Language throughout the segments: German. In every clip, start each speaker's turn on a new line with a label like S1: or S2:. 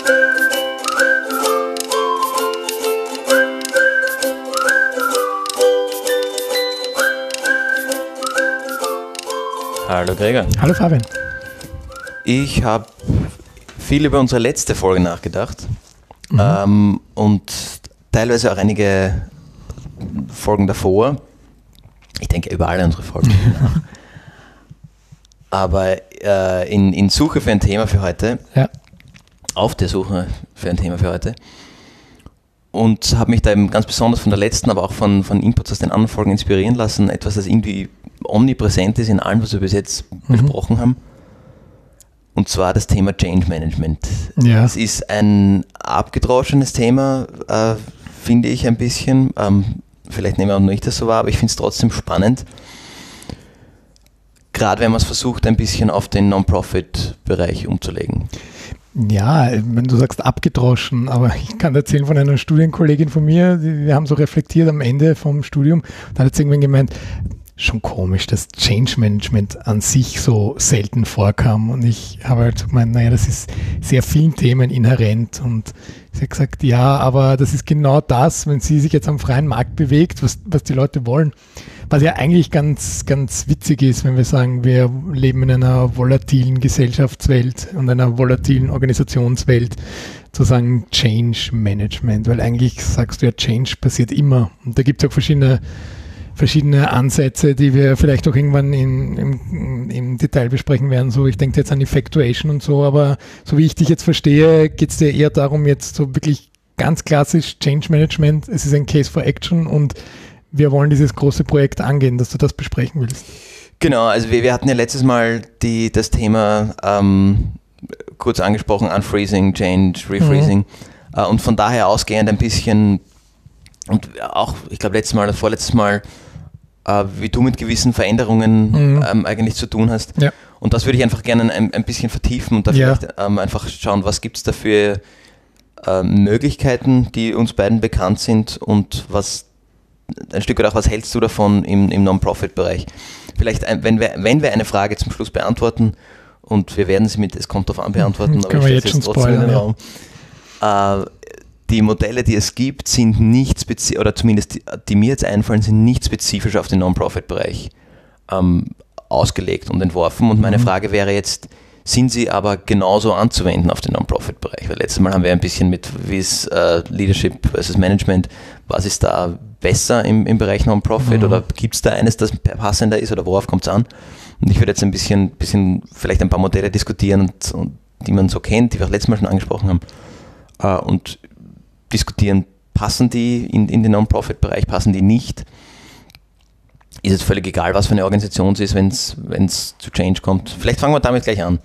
S1: Hallo Gregor.
S2: Hallo Fabian.
S1: Ich habe viel über unsere letzte Folge nachgedacht und teilweise auch einige Folgen davor. Ich denke über alle unsere Folgen nach. Aber in Suche für ein Thema für heute, auf der Suche für ein Thema für heute, und habe mich da eben ganz besonders von der letzten, aber auch von Inputs aus den anderen Folgen inspirieren lassen, etwas, das irgendwie omnipräsent ist in allem, was wir bis jetzt besprochen haben. Und zwar das Thema Change Management.
S2: Ja.
S1: Es ist ein abgedroschenes Thema, finde ich ein bisschen. Vielleicht nehmen wir auch nicht das so wahr, aber ich finde es trotzdem spannend. Gerade wenn man es versucht, ein bisschen auf den Non-Profit-Bereich umzulegen.
S2: Ja, wenn du sagst abgedroschen, aber ich kann erzählen von einer Studienkollegin von mir, wir haben so reflektiert am Ende vom Studium, da hat sie irgendwann gemeint, schon komisch, dass Change Management an sich so selten vorkam, und ich habe halt gemeint, naja, das ist sehr vielen Themen inhärent, und sie hat gesagt, ja, aber das ist genau das, wenn sie sich jetzt am freien Markt bewegt, was die Leute wollen, was ja eigentlich ganz, ganz witzig ist, wenn wir sagen, wir leben in einer volatilen Gesellschaftswelt und einer volatilen Organisationswelt, zu sagen Change Management, weil eigentlich sagst du ja, Change passiert immer, und da gibt es auch verschiedene Ansätze, die wir vielleicht auch irgendwann im Detail besprechen werden. So, ich denke jetzt an Effectuation und so, aber so wie ich dich jetzt verstehe, geht es dir eher darum, jetzt so wirklich ganz klassisch Change Management, es ist ein Case for Action und wir wollen dieses große Projekt angehen, dass du das besprechen willst.
S1: Genau, also wir hatten ja letztes Mal das Thema kurz angesprochen, Unfreezing, Change, Refreezing, und von daher ausgehend ein bisschen, und auch, ich glaube, letztes Mal oder vorletztes Mal, wie du mit gewissen Veränderungen eigentlich zu tun hast. Ja. Und das würde ich einfach gerne ein bisschen vertiefen und da vielleicht einfach schauen, was gibt es da für Möglichkeiten, die uns beiden bekannt sind, und was ein Stück weit auch, was hältst du davon im Non-Profit-Bereich? Vielleicht, wenn wir eine Frage zum Schluss beantworten, und wir werden sie mit Es kommt drauf an beantworten, aber ich stelle es jetzt trotzdem in den Raum. Die Modelle, die es gibt, sind nicht spezifisch, oder zumindest die mir jetzt einfallen, sind nicht spezifisch auf den Non-Profit-Bereich ausgelegt und entworfen. Und meine Frage wäre jetzt, sind sie aber genauso anzuwenden auf den Non-Profit-Bereich? Weil letztes Mal haben wir ein bisschen mit, wie ist Leadership versus Management, was ist da besser im Bereich Non-Profit, oder gibt es da eines, das passender ist, oder worauf kommt es an? Und ich würde jetzt ein bisschen vielleicht ein paar Modelle diskutieren, und die man so kennt, die wir auch letztes Mal schon angesprochen haben, und diskutieren, passen die in den Non-Profit-Bereich, passen die nicht? Ist es völlig egal, was für eine Organisation es ist, wenn es zu Change kommt? Vielleicht fangen wir damit gleich an.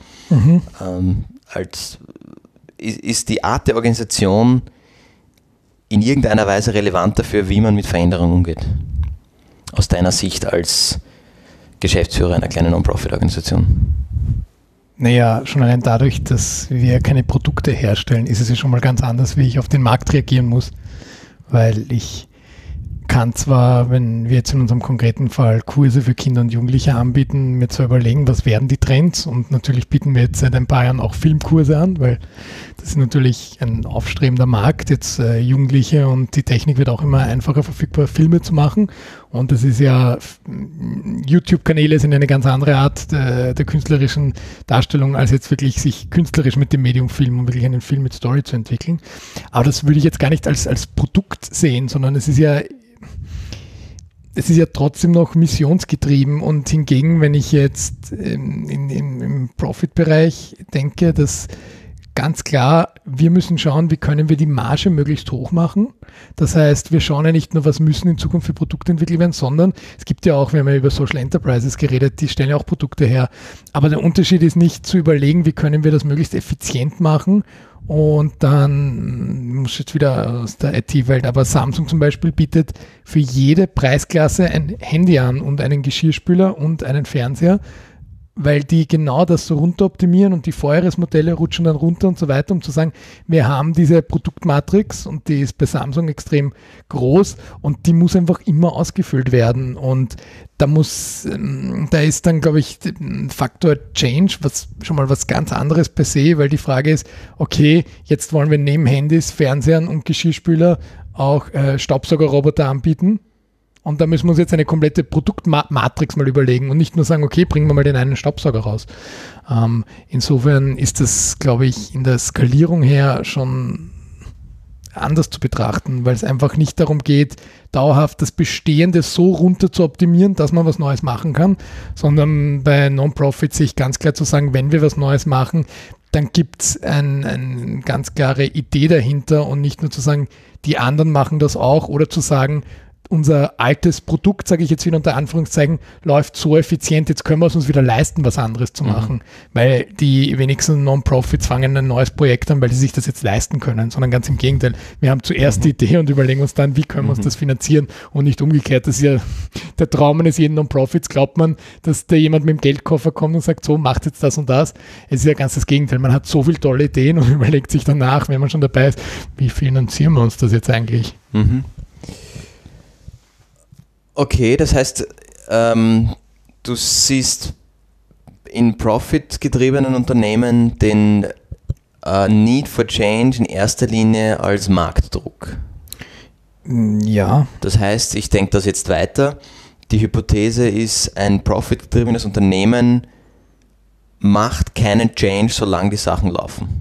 S1: Ist die Art der Organisation in irgendeiner Weise relevant dafür, wie man mit Veränderungen umgeht? Aus deiner Sicht als Geschäftsführer einer kleinen Non-Profit-Organisation?
S2: Naja, schon allein dadurch, dass wir keine Produkte herstellen, ist es ja schon mal ganz anders, wie ich auf den Markt reagieren muss. Weil ich kann zwar, wenn wir jetzt in unserem konkreten Fall Kurse für Kinder und Jugendliche anbieten, mir zwar überlegen, was werden die Trends, und natürlich bieten wir jetzt seit ein paar Jahren auch Filmkurse an, weil das ist natürlich ein aufstrebender Markt, jetzt Jugendliche, und die Technik wird auch immer einfacher verfügbar, Filme zu machen, und das ist ja, YouTube-Kanäle sind eine ganz andere Art der künstlerischen Darstellung, als jetzt wirklich sich künstlerisch mit dem Medium Film und wirklich einen Film mit Story zu entwickeln. Aber das würde ich jetzt gar nicht als Produkt sehen, sondern es ist ja trotzdem noch missionsgetrieben, und hingegen, wenn ich jetzt im Profit-Bereich denke, dass ganz klar, wir müssen schauen, wie können wir die Marge möglichst hoch machen. Das heißt, wir schauen ja nicht nur, was müssen in Zukunft für Produkte entwickelt werden, sondern es gibt ja auch, wir haben ja über Social Enterprises geredet, die stellen ja auch Produkte her. Aber der Unterschied ist nicht zu überlegen, wie können wir das möglichst effizient machen. Und dann muss jetzt wieder aus der IT-Welt, aber Samsung zum Beispiel bietet für jede Preisklasse ein Handy an und einen Geschirrspüler und einen Fernseher weil die genau das so runteroptimieren und die Vorjahresmodelle rutschen dann runter und so weiter, um zu sagen, wir haben diese Produktmatrix und die ist bei Samsung extrem groß und die muss einfach immer ausgefüllt werden und da ist dann, glaube ich, ein Faktor Change, was schon mal was ganz anderes per se, weil die Frage ist, okay, jetzt wollen wir neben Handys, Fernsehern und Geschirrspüler auch Staubsaugerroboter anbieten. Und da müssen wir uns jetzt eine komplette Produktmatrix mal überlegen und nicht nur sagen, okay, bringen wir mal den einen Staubsauger raus. Insofern ist das, glaube ich, in der Skalierung her schon anders zu betrachten, weil es einfach nicht darum geht, dauerhaft das Bestehende so runter zu optimieren, dass man was Neues machen kann, sondern bei Non-Profit sich ganz klar zu sagen, wenn wir was Neues machen, dann gibt es eine ganz klare Idee dahinter und nicht nur zu sagen, die anderen machen das auch oder zu sagen, unser altes Produkt, sage ich jetzt wieder unter Anführungszeichen, läuft so effizient, jetzt können wir es uns wieder leisten, was anderes zu machen. Weil die wenigsten Non-Profits fangen ein neues Projekt an, weil sie sich das jetzt leisten können, sondern ganz im Gegenteil. Wir haben zuerst die Idee und überlegen uns dann, wie können wir uns das finanzieren und nicht umgekehrt. Das ist ja der Traum eines jeden Non-Profits, glaubt man, dass da jemand mit dem Geldkoffer kommt und sagt, so, macht jetzt das und das. Es ist ja ganz das Gegenteil. Man hat so viele tolle Ideen und überlegt sich danach, wenn man schon dabei ist, wie finanzieren wir uns das jetzt eigentlich?
S1: Okay, das heißt, du siehst in profitgetriebenen Unternehmen den Need for Change in erster Linie als Marktdruck.
S2: Ja.
S1: Das heißt, ich denke das jetzt weiter. Die Hypothese ist, ein profitgetriebenes Unternehmen macht keinen Change, solange die Sachen laufen.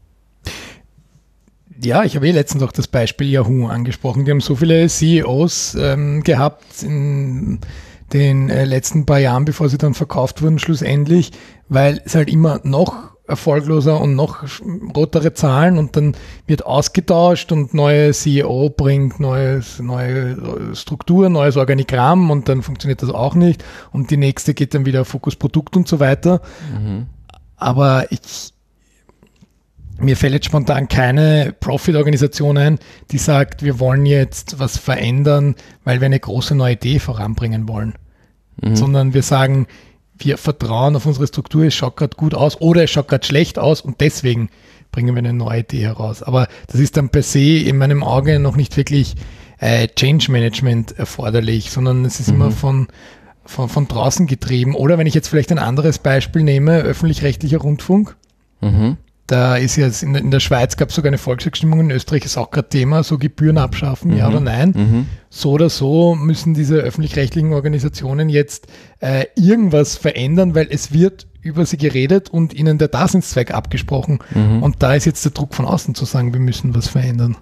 S2: Ja, ich habe letztens auch das Beispiel Yahoo angesprochen. Die haben so viele CEOs gehabt in den letzten paar Jahren, bevor sie dann verkauft wurden, schlussendlich, weil es halt immer noch erfolgloser und noch rotere Zahlen und dann wird ausgetauscht und neue CEO bringt neue Struktur, neues Organigramm und dann funktioniert das auch nicht und die nächste geht dann wieder auf Fokus Produkt und so weiter. Aber mir fällt jetzt spontan keine Profit-Organisation ein, die sagt, wir wollen jetzt was verändern, weil wir eine große neue Idee voranbringen wollen. Sondern wir sagen, wir vertrauen auf unsere Struktur, es schaut gerade gut aus oder es schaut gerade schlecht aus und deswegen bringen wir eine neue Idee heraus. Aber das ist dann per se in meinem Auge noch nicht wirklich Change Management erforderlich, sondern es ist immer von draußen getrieben. Oder wenn ich jetzt vielleicht ein anderes Beispiel nehme, öffentlich-rechtlicher Rundfunk, da ist jetzt in der Schweiz gab es sogar eine Volksabstimmung, in Österreich ist auch gerade Thema, so Gebühren abschaffen, ja oder nein. So oder so müssen diese öffentlich-rechtlichen Organisationen jetzt irgendwas verändern, weil es wird über sie geredet und ihnen der Daseinszweck abgesprochen. Und da ist jetzt der Druck von außen zu sagen, wir müssen was verändern.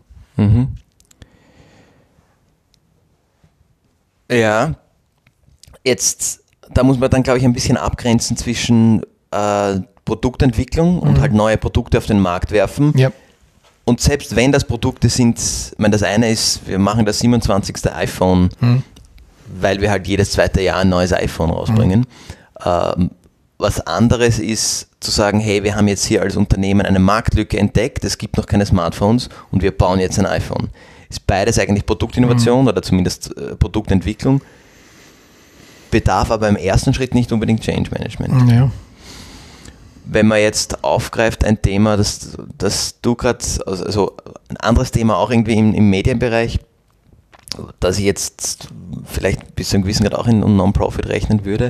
S1: Ja, jetzt, da muss man dann, glaube ich, ein bisschen abgrenzen zwischen Produktentwicklung und halt neue Produkte auf den Markt werfen.
S2: Ja.
S1: Und selbst wenn das Produkte sind, ich meine, das eine ist, wir machen das 27. iPhone, weil wir halt jedes zweite Jahr ein neues iPhone rausbringen. Was anderes ist zu sagen, hey, wir haben jetzt hier als Unternehmen eine Marktlücke entdeckt, es gibt noch keine Smartphones und wir bauen jetzt ein iPhone. Ist beides eigentlich Produktinnovation oder zumindest Produktentwicklung, bedarf aber im ersten Schritt nicht unbedingt Change Management.
S2: Ja.
S1: Wenn man jetzt aufgreift, ein Thema, das du gerade, also ein anderes Thema auch irgendwie im Medienbereich, das ich jetzt vielleicht bis zu einem gewissen Grad auch in Non-Profit rechnen würde,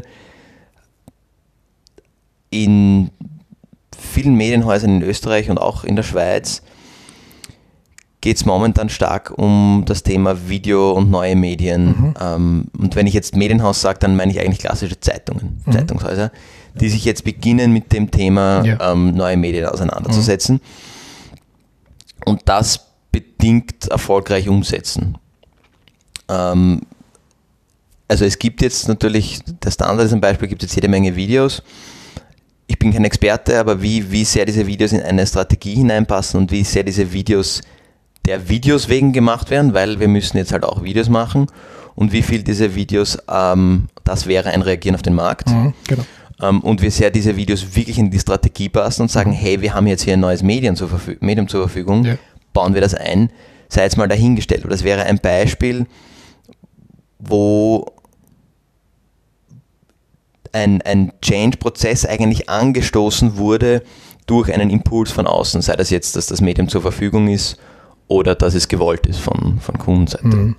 S1: in vielen Medienhäusern in Österreich und auch in der Schweiz geht es momentan stark um das Thema Video und neue Medien. Und wenn ich jetzt Medienhaus sage, dann meine ich eigentlich klassische Zeitungen, Zeitungshäuser, die sich jetzt beginnen mit dem Thema neue Medien auseinanderzusetzen und das bedingt erfolgreich umsetzen. Also es gibt jetzt natürlich, der Standard ist ein Beispiel, gibt es jetzt jede Menge Videos. Ich bin kein Experte, aber wie sehr diese Videos in eine Strategie hineinpassen und wie sehr diese Videos der Videos wegen gemacht werden, weil wir müssen jetzt halt auch Videos machen und wie viel diese Videos, das wäre ein Reagieren auf den Markt.
S2: Genau.
S1: Und wie sehr diese Videos wirklich in die Strategie passen und sagen, hey, wir haben jetzt hier ein neues Medium zur Verfügung, bauen wir das ein, sei jetzt mal dahingestellt. Aber das wäre ein Beispiel, wo ein Change-Prozess eigentlich angestoßen wurde durch einen Impuls von außen, sei das jetzt, dass das Medium zur Verfügung ist oder dass es gewollt ist von Kundenseite. Mhm.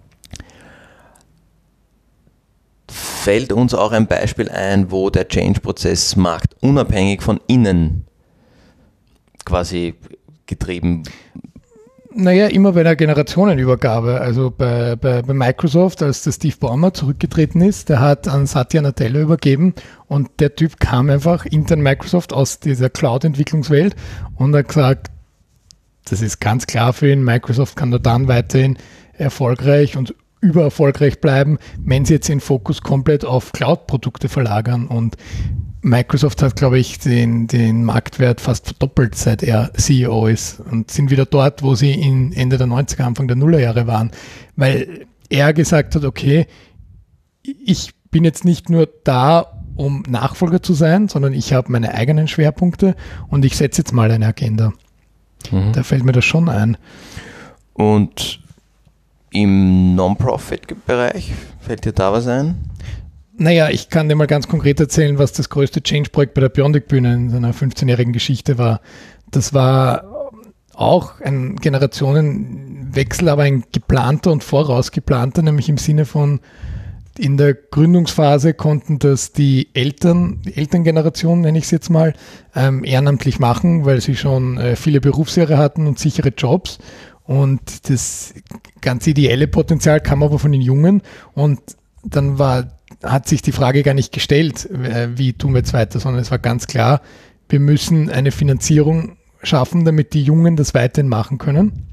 S1: Fällt uns auch ein Beispiel ein, wo der Change-Prozess marktunabhängig von innen quasi getrieben?
S2: Naja, immer bei einer Generationenübergabe. Also bei Microsoft, als der Steve Ballmer zurückgetreten ist, der hat an Satya Nadella übergeben und der Typ kam einfach intern Microsoft aus dieser Cloud-Entwicklungswelt und hat gesagt, das ist ganz klar für ihn, Microsoft kann nur dann weiterhin erfolgreich und übererfolgreich bleiben, wenn sie jetzt den Fokus komplett auf Cloud-Produkte verlagern. Und Microsoft hat, glaube ich, den Marktwert fast verdoppelt, seit er CEO ist und sind wieder dort, wo sie in Ende der 90er, Anfang der Nullerjahre waren, weil er gesagt hat, okay, ich bin jetzt nicht nur da, um Nachfolger zu sein, sondern ich habe meine eigenen Schwerpunkte und ich setze jetzt mal eine Agenda. Mhm. Da fällt mir das schon ein.
S1: Und im Non-Profit-Bereich fällt dir da was ein?
S2: Naja, ich kann dir mal ganz konkret erzählen, was das größte Change-Projekt bei der Beyondic-Bühne in seiner 15-jährigen Geschichte war. Das war auch ein Generationenwechsel, aber ein geplanter und vorausgeplanter, nämlich im Sinne von, in der Gründungsphase konnten das die Elterngeneration, nenne ich es jetzt mal, ehrenamtlich machen, weil sie schon viele Berufsjahre hatten und sichere Jobs. Und das ganz ideelle Potenzial kam aber von den Jungen und dann hat sich die Frage gar nicht gestellt, wie tun wir jetzt weiter, sondern es war ganz klar, wir müssen eine Finanzierung schaffen, damit die Jungen das weiterhin machen können.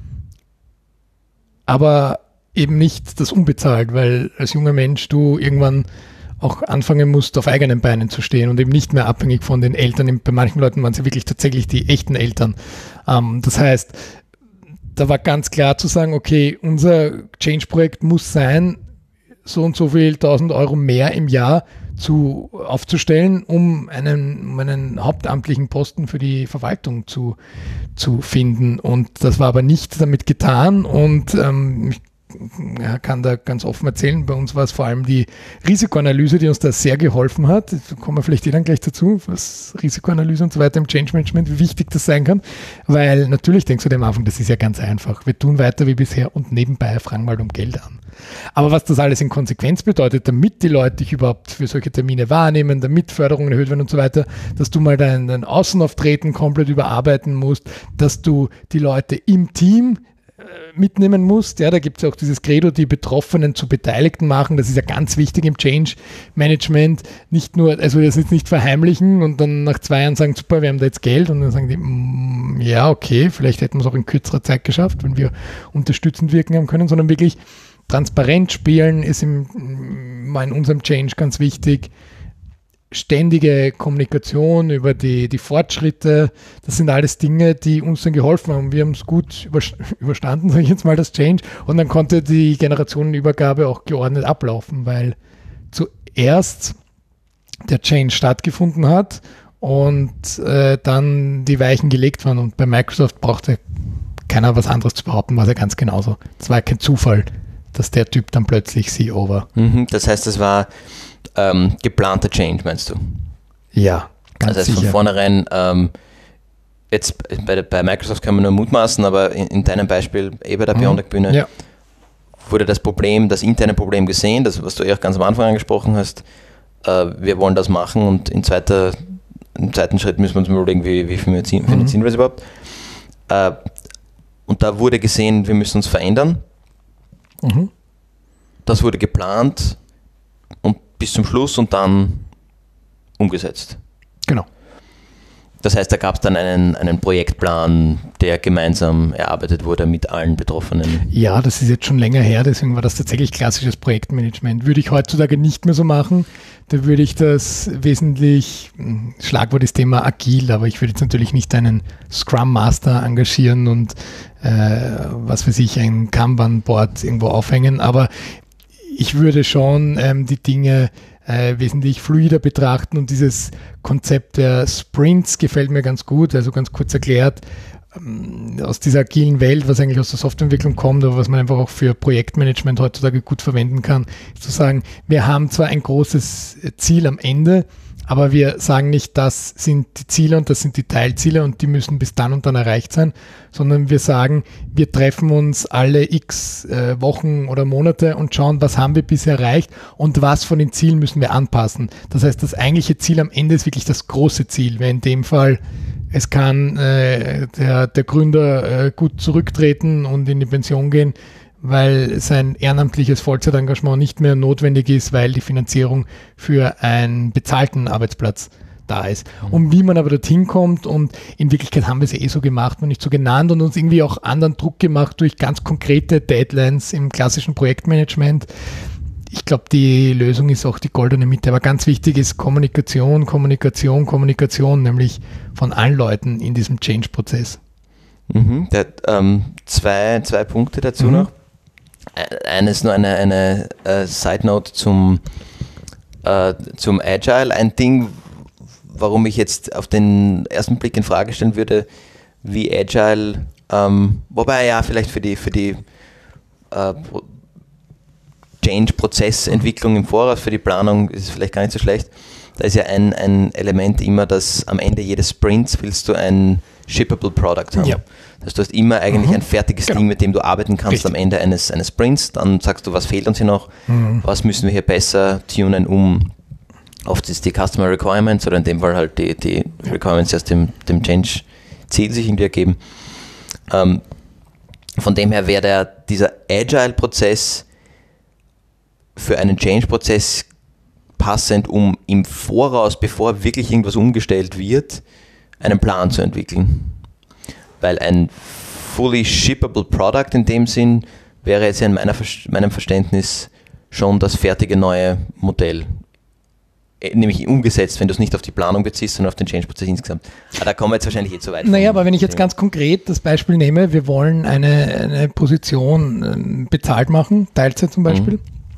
S2: Aber eben nicht das unbezahlt, weil als junger Mensch du irgendwann auch anfangen musst, auf eigenen Beinen zu stehen und eben nicht mehr abhängig von den Eltern. Bei manchen Leuten waren sie wirklich tatsächlich die echten Eltern. Das heißt, da war ganz klar zu sagen, okay, unser Change-Projekt muss sein, so und so viel 1.000 Euro mehr im Jahr aufzustellen, um einen hauptamtlichen Posten für die Verwaltung zu finden. Und das war aber nicht damit getan und ich kann da ganz offen erzählen, bei uns war es vor allem die Risikoanalyse, die uns da sehr geholfen hat. Da kommen wir vielleicht dann gleich dazu, was Risikoanalyse und so weiter im Change Management, wie wichtig das sein kann, weil natürlich denkst du dir am Anfang, das ist ja ganz einfach. Wir tun weiter wie bisher und nebenbei fragen mal um Geld an. Aber was das alles in Konsequenz bedeutet, damit die Leute dich überhaupt für solche Termine wahrnehmen, damit Förderungen erhöht werden und so weiter, dass du mal dein Außenauftreten komplett überarbeiten musst, dass du die Leute im Team mitnehmen musst. Ja, da gibt es auch dieses Credo, die Betroffenen zu Beteiligten machen. Das ist ja ganz wichtig im Change Management. Nicht nur, also das jetzt nicht verheimlichen und dann nach 2 Jahren sagen, super, wir haben da jetzt Geld und dann sagen die, ja, okay, vielleicht hätten wir es auch in kürzerer Zeit geschafft, wenn wir unterstützend wirken haben können, sondern wirklich transparent spielen ist in unserem Change ganz wichtig. Ständige Kommunikation über die Fortschritte, das sind alles Dinge, die uns dann geholfen haben. Wir haben es gut überstanden, sage ich jetzt mal, das Change. Und dann konnte die Generationenübergabe auch geordnet ablaufen, weil zuerst der Change stattgefunden hat und dann die Weichen gelegt waren. Und bei Microsoft brauchte keiner was anderes zu behaupten, war es ja ganz genauso. Es war kein Zufall, dass der Typ dann plötzlich CEO war.
S1: Das heißt, es war geplanter Change, meinst du?
S2: Ja,
S1: ganz sicher. Von vornherein, jetzt bei Microsoft kann man nur mutmaßen, aber in deinem Beispiel, bei der Beyondic-Bühne, wurde das interne Problem gesehen, das, was du auch ganz am Anfang angesprochen hast, wir wollen das machen und im zweiten Schritt müssen wir uns mal überlegen, wie finanzieren wir das überhaupt. Und da wurde gesehen, wir müssen uns verändern. Das wurde geplant und bis zum Schluss und dann umgesetzt.
S2: Genau.
S1: Das heißt, da gab es dann einen Projektplan, der gemeinsam erarbeitet wurde mit allen Betroffenen.
S2: Ja, das ist jetzt schon länger her, deswegen war das tatsächlich klassisches Projektmanagement. Würde ich heutzutage nicht mehr so machen, da würde ich das wesentlich, Schlagwort ist Thema agil, aber ich würde jetzt natürlich nicht einen Scrum Master engagieren und was weiß ich, ein Kanban-Board irgendwo aufhängen, aber ich würde schon die Dinge wesentlich fluider betrachten und dieses Konzept der Sprints gefällt mir ganz gut. Also ganz kurz erklärt, aus dieser agilen Welt, was eigentlich aus der Softwareentwicklung kommt, aber was man einfach auch für Projektmanagement heutzutage gut verwenden kann, ist zu sagen, wir haben zwar ein großes Ziel am Ende, aber wir sagen nicht, das sind die Ziele und das sind die Teilziele und die müssen bis dann und dann erreicht sein, sondern wir sagen, wir treffen uns alle x Wochen oder Monate und schauen, was haben wir bisher erreicht und was von den Zielen müssen wir anpassen. Das heißt, das eigentliche Ziel am Ende ist wirklich das große Ziel, weil in dem Fall es kann der Gründer gut zurücktreten und in die Pension gehen, weil sein ehrenamtliches Vollzeitengagement nicht mehr notwendig ist, weil die Finanzierung für einen bezahlten Arbeitsplatz da ist. Und wie man aber dorthin kommt, und in Wirklichkeit haben wir es so gemacht und nicht so genannt und uns irgendwie auch anderen Druck gemacht durch ganz konkrete Deadlines im klassischen Projektmanagement. Ich glaube, die Lösung ist auch die goldene Mitte, aber ganz wichtig ist Kommunikation, nämlich von allen Leuten in diesem Change-Prozess.
S1: Zwei Punkte dazu noch. Eines nur eine Side-Note zum Agile. Ein Ding, warum ich jetzt auf den ersten Blick in Frage stellen würde, wie Agile, wobei ja vielleicht für die Change-Prozessentwicklung im Voraus, für die Planung ist es vielleicht gar nicht so schlecht. Da ist ja ein Element immer, dass am Ende jedes Sprints willst du ein shippable Product haben. Ja. Das heißt, du hast immer eigentlich ein fertiges Ding, mit dem du arbeiten kannst. Richtig. Am Ende eines Sprints. Dann sagst du, was fehlt uns hier noch, was müssen wir hier besser tunen, um oft ist die Customer Requirements oder in dem Fall halt die Requirements, die aus dem Change-Ziel sich irgendwie ergeben. Von dem her wäre dieser Agile-Prozess für einen Change-Prozess passend, um im Voraus, bevor wirklich irgendwas umgestellt wird, einen Plan zu entwickeln. Weil ein fully shippable Product in dem Sinn wäre jetzt in meinem Verständnis schon das fertige neue Modell. Nämlich umgesetzt, wenn du es nicht auf die Planung beziehst, sondern auf den Change-Prozess insgesamt. Aber da kommen wir jetzt wahrscheinlich zu weit.
S2: Naja, aber wenn ich jetzt ganz konkret das Beispiel nehme, wir wollen eine Position bezahlt machen, Teilzeit zum Beispiel,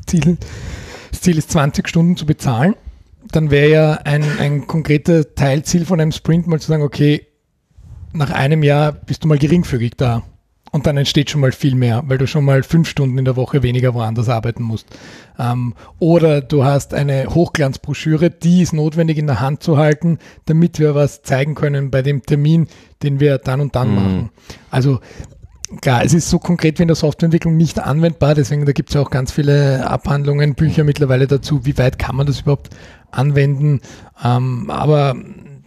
S2: das Ziel ist 20 Stunden zu bezahlen, dann wäre ja ein konkreter Teilziel von einem Sprint mal zu sagen, okay, nach einem Jahr bist du mal geringfügig da und dann entsteht schon mal viel mehr, weil du schon mal 5 Stunden in der Woche weniger woanders arbeiten musst. Oder du hast eine Hochglanzbroschüre, die ist notwendig in der Hand zu halten, damit wir was zeigen können bei dem Termin, den wir dann und dann machen. Also klar, es ist so konkret wie in der Softwareentwicklung nicht anwendbar, deswegen da gibt es ja auch ganz viele Abhandlungen, Bücher mittlerweile dazu, wie weit kann man das überhaupt anwenden. Aber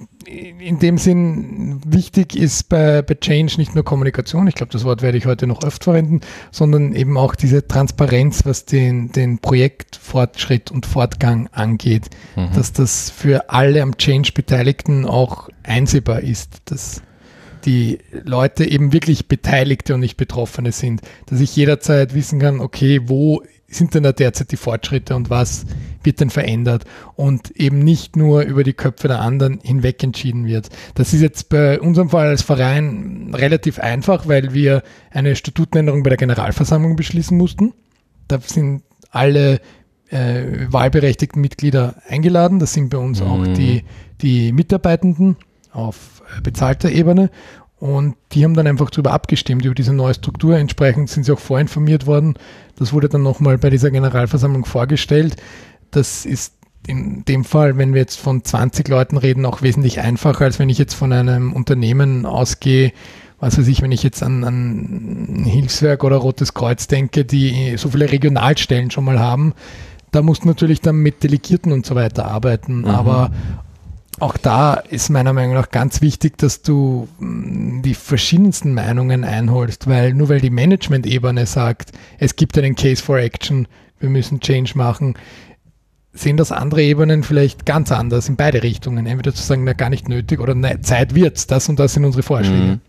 S2: in dem Sinn wichtig ist bei Change nicht nur Kommunikation, ich glaube, das Wort werde ich heute noch öfter verwenden, sondern eben auch diese Transparenz, was den Projektfortschritt und Fortgang angeht, dass das für alle am Change Beteiligten auch einsehbar ist, dass die Leute eben wirklich Beteiligte und nicht Betroffene sind, dass ich jederzeit wissen kann, okay, wo sind denn da derzeit die Fortschritte und was wird denn verändert und eben nicht nur über die Köpfe der anderen hinweg entschieden wird. Das ist jetzt bei unserem Fall als Verein relativ einfach, weil wir eine Statutenänderung bei der Generalversammlung beschließen mussten. Da sind alle wahlberechtigten Mitglieder eingeladen. Das sind bei uns auch die Mitarbeitenden auf bezahlter Ebene. Und die haben dann einfach darüber abgestimmt, über diese neue Struktur. Entsprechend sind sie auch vorinformiert worden. Das wurde dann nochmal bei dieser Generalversammlung vorgestellt. Das ist in dem Fall, wenn wir jetzt von 20 Leuten reden, auch wesentlich einfacher, als wenn ich jetzt von einem Unternehmen ausgehe, was weiß ich, wenn ich jetzt an Hilfswerk oder Rotes Kreuz denke, die so viele Regionalstellen schon mal haben. Da musst du natürlich dann mit Delegierten und so weiter arbeiten. Aber auch da ist meiner Meinung nach ganz wichtig, dass du die verschiedensten Meinungen einholst, weil nur weil die Management-Ebene sagt, es gibt einen Case for Action, wir müssen Change machen, sehen das andere Ebenen vielleicht ganz anders in beide Richtungen. Entweder zu sagen, na gar nicht nötig oder nein, Zeit wird's, das und das sind unsere Vorschläge.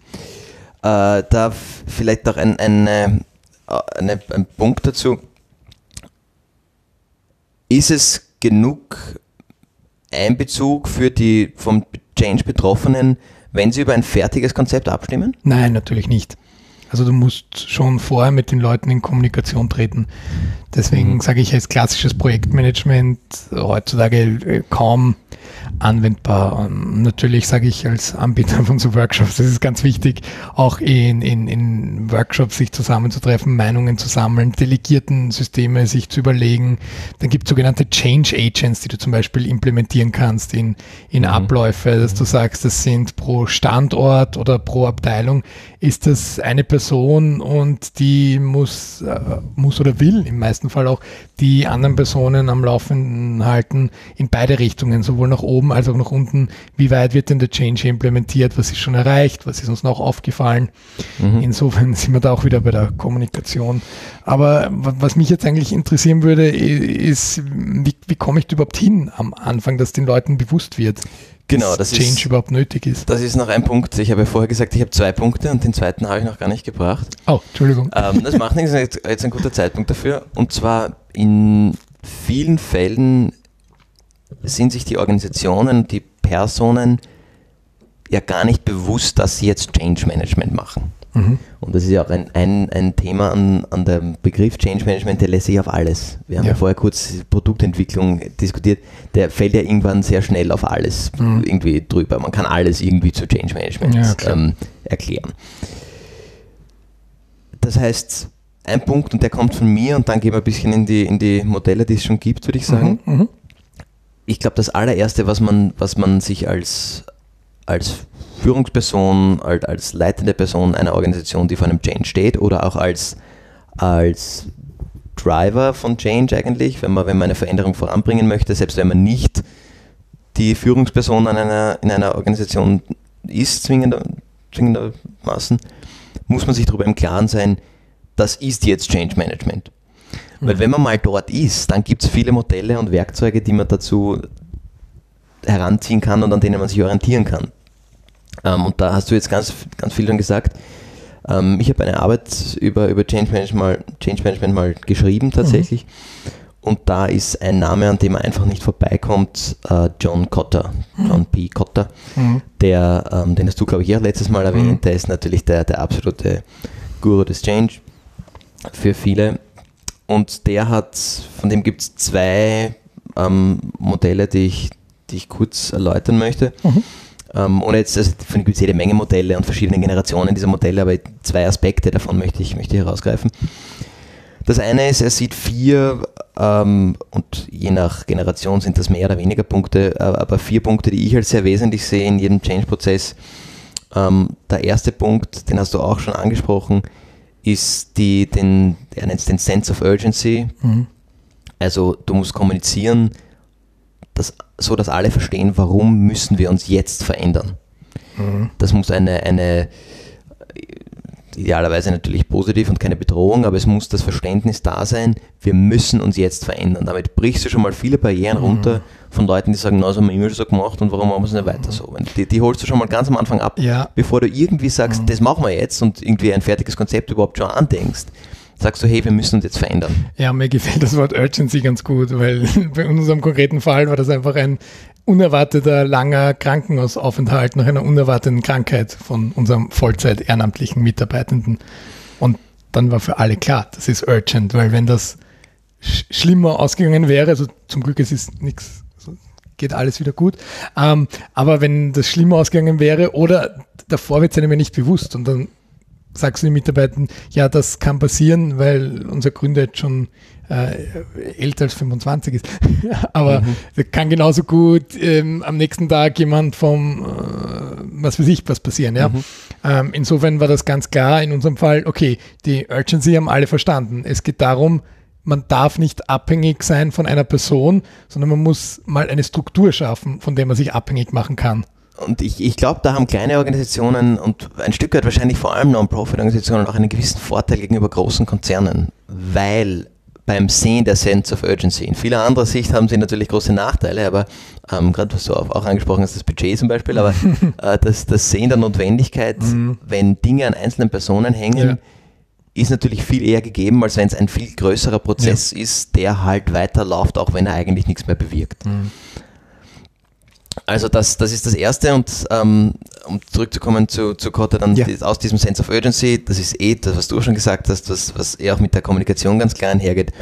S1: Da vielleicht noch ein Punkt dazu. Ist es genug Einbezug für die vom Change Betroffenen, wenn sie über ein fertiges Konzept abstimmen?
S2: Nein, natürlich nicht. Also du musst schon vorher mit den Leuten in Kommunikation treten. Deswegen sage ich, als klassisches Projektmanagement heutzutage kaum anwendbar. Und natürlich sage ich als Anbieter von so Workshops, das ist ganz wichtig, auch in Workshops sich zusammenzutreffen, Meinungen zu sammeln, Delegierten-Systeme sich zu überlegen. Dann gibt es sogenannte Change Agents, die du zum Beispiel implementieren kannst in Abläufe, dass du sagst, das sind pro Standort oder pro Abteilung ist das eine Person und die muss oder will im meisten Fall auch die anderen Personen am Laufenden halten in beide Richtungen, sowohl nach oben als auch nach unten. Wie weit wird denn der Change implementiert? Was ist schon erreicht? Was ist uns noch aufgefallen? Insofern sind wir da auch wieder bei der Kommunikation. Aber was mich jetzt eigentlich interessieren würde, ist, wie komme ich da überhaupt hin am Anfang, dass den Leuten bewusst wird?
S1: Genau,
S2: dass Change überhaupt nötig ist.
S1: Das ist noch ein Punkt. Ich habe ja vorher gesagt, ich habe 2 Punkte und den zweiten habe ich noch gar nicht gebracht.
S2: Oh, Entschuldigung.
S1: Das macht nichts, jetzt ein guter Zeitpunkt dafür. Und zwar in vielen Fällen sind sich die Organisationen, die Personen ja gar nicht bewusst, dass sie jetzt Change Management machen. Und das ist ja auch ein Thema an dem Begriff Change Management, der lässt sich auf alles. Wir haben ja vorher kurz Produktentwicklung diskutiert, der fällt ja irgendwann sehr schnell auf alles irgendwie drüber. Man kann alles irgendwie zu Change Management erklären. Das heißt, ein Punkt, und der kommt von mir, und dann gehen wir ein bisschen in die Modelle, die es schon gibt, würde ich sagen. Ich glaube, das allererste, was man sich als Führungsperson, als leitende Person einer Organisation, die vor einem Change steht, oder auch als Driver von Change eigentlich, wenn man eine Veränderung voranbringen möchte, selbst wenn man nicht die Führungsperson in einer Organisation ist, zwingendermaßen, muss man sich darüber im Klaren sein, das ist jetzt Change Management. Weil wenn man mal dort ist, dann gibt es viele Modelle und Werkzeuge, die man dazu heranziehen kann und an denen man sich orientieren kann. Und da hast du jetzt ganz viel schon gesagt. Ich habe eine Arbeit über Change Management mal geschrieben tatsächlich. Und da ist ein Name, an dem man einfach nicht vorbeikommt, John Kotter, John P. Kotter, den hast du, glaube ich, auch letztes Mal erwähnt. Der ist natürlich der absolute Guru des Change für viele. Und von dem gibt es 2 Modelle, die ich kurz erläutern möchte. Ohne jetzt, also von gibt es jede Menge Modelle und verschiedene Generationen dieser Modelle, aber 2 Aspekte davon möchte ich herausgreifen. Das eine ist, er sieht 4, und je nach Generation sind das mehr oder weniger Punkte, aber 4 Punkte, die ich als sehr wesentlich sehe in jedem Change-Prozess. Der erste Punkt, den hast du auch schon angesprochen, ist er nennt es den Sense of Urgency. Also du musst kommunizieren, so dass alle verstehen, warum müssen wir uns jetzt verändern. Das muss eine idealerweise natürlich positiv und keine Bedrohung, aber es muss das Verständnis da sein, wir müssen uns jetzt verändern. Damit brichst du schon mal viele Barrieren runter von Leuten, die sagen, das haben wir immer so gemacht und warum machen wir es nicht weiter so. Die holst du schon mal ganz am Anfang ab, bevor du irgendwie sagst, das machen wir jetzt und irgendwie ein fertiges Konzept überhaupt schon andenkst. Sagst du, hey, wir müssen uns jetzt verändern.
S2: Ja, mir gefällt das Wort Urgency ganz gut, weil bei unserem konkreten Fall war das einfach ein unerwarteter, langer Krankenhausaufenthalt nach einer unerwarteten Krankheit von unserem Vollzeit-ehrenamtlichen Mitarbeitenden. Und dann war für alle klar, das ist urgent, weil wenn das schlimmer ausgegangen wäre, also zum Glück es ist nichts, also geht alles wieder gut, aber wenn das schlimmer ausgegangen wäre oder davor wird es einem ja nicht bewusst und dann sagst du den Mitarbeitern, ja, das kann passieren, weil unser Gründer jetzt schon älter als 25 ist. Aber da kann genauso gut am nächsten Tag jemand vom, was passieren. Ja? Insofern war das ganz klar in unserem Fall, okay, die Urgency haben alle verstanden. Es geht darum, man darf nicht abhängig sein von einer Person, sondern man muss mal eine Struktur schaffen, von der man sich abhängig machen kann.
S1: Und ich glaube, da haben kleine Organisationen und ein Stück weit wahrscheinlich vor allem Non-Profit-Organisationen auch einen gewissen Vorteil gegenüber großen Konzernen, weil beim Sehen der Sense of Urgency, in vieler anderer Sicht haben sie natürlich große Nachteile, aber gerade was du auch angesprochen hast, das Budget zum Beispiel, aber das Sehen der Notwendigkeit, wenn Dinge an einzelnen Personen hängen, ist natürlich viel eher gegeben, als wenn es ein viel größerer Prozess ist, der halt weiterläuft, auch wenn er eigentlich nichts mehr bewirkt. Also das ist das Erste und um zurückzukommen zu Kotter, dann aus diesem Sense of Urgency, das ist das, was du schon gesagt hast, was auch mit der Kommunikation ganz klar einhergeht,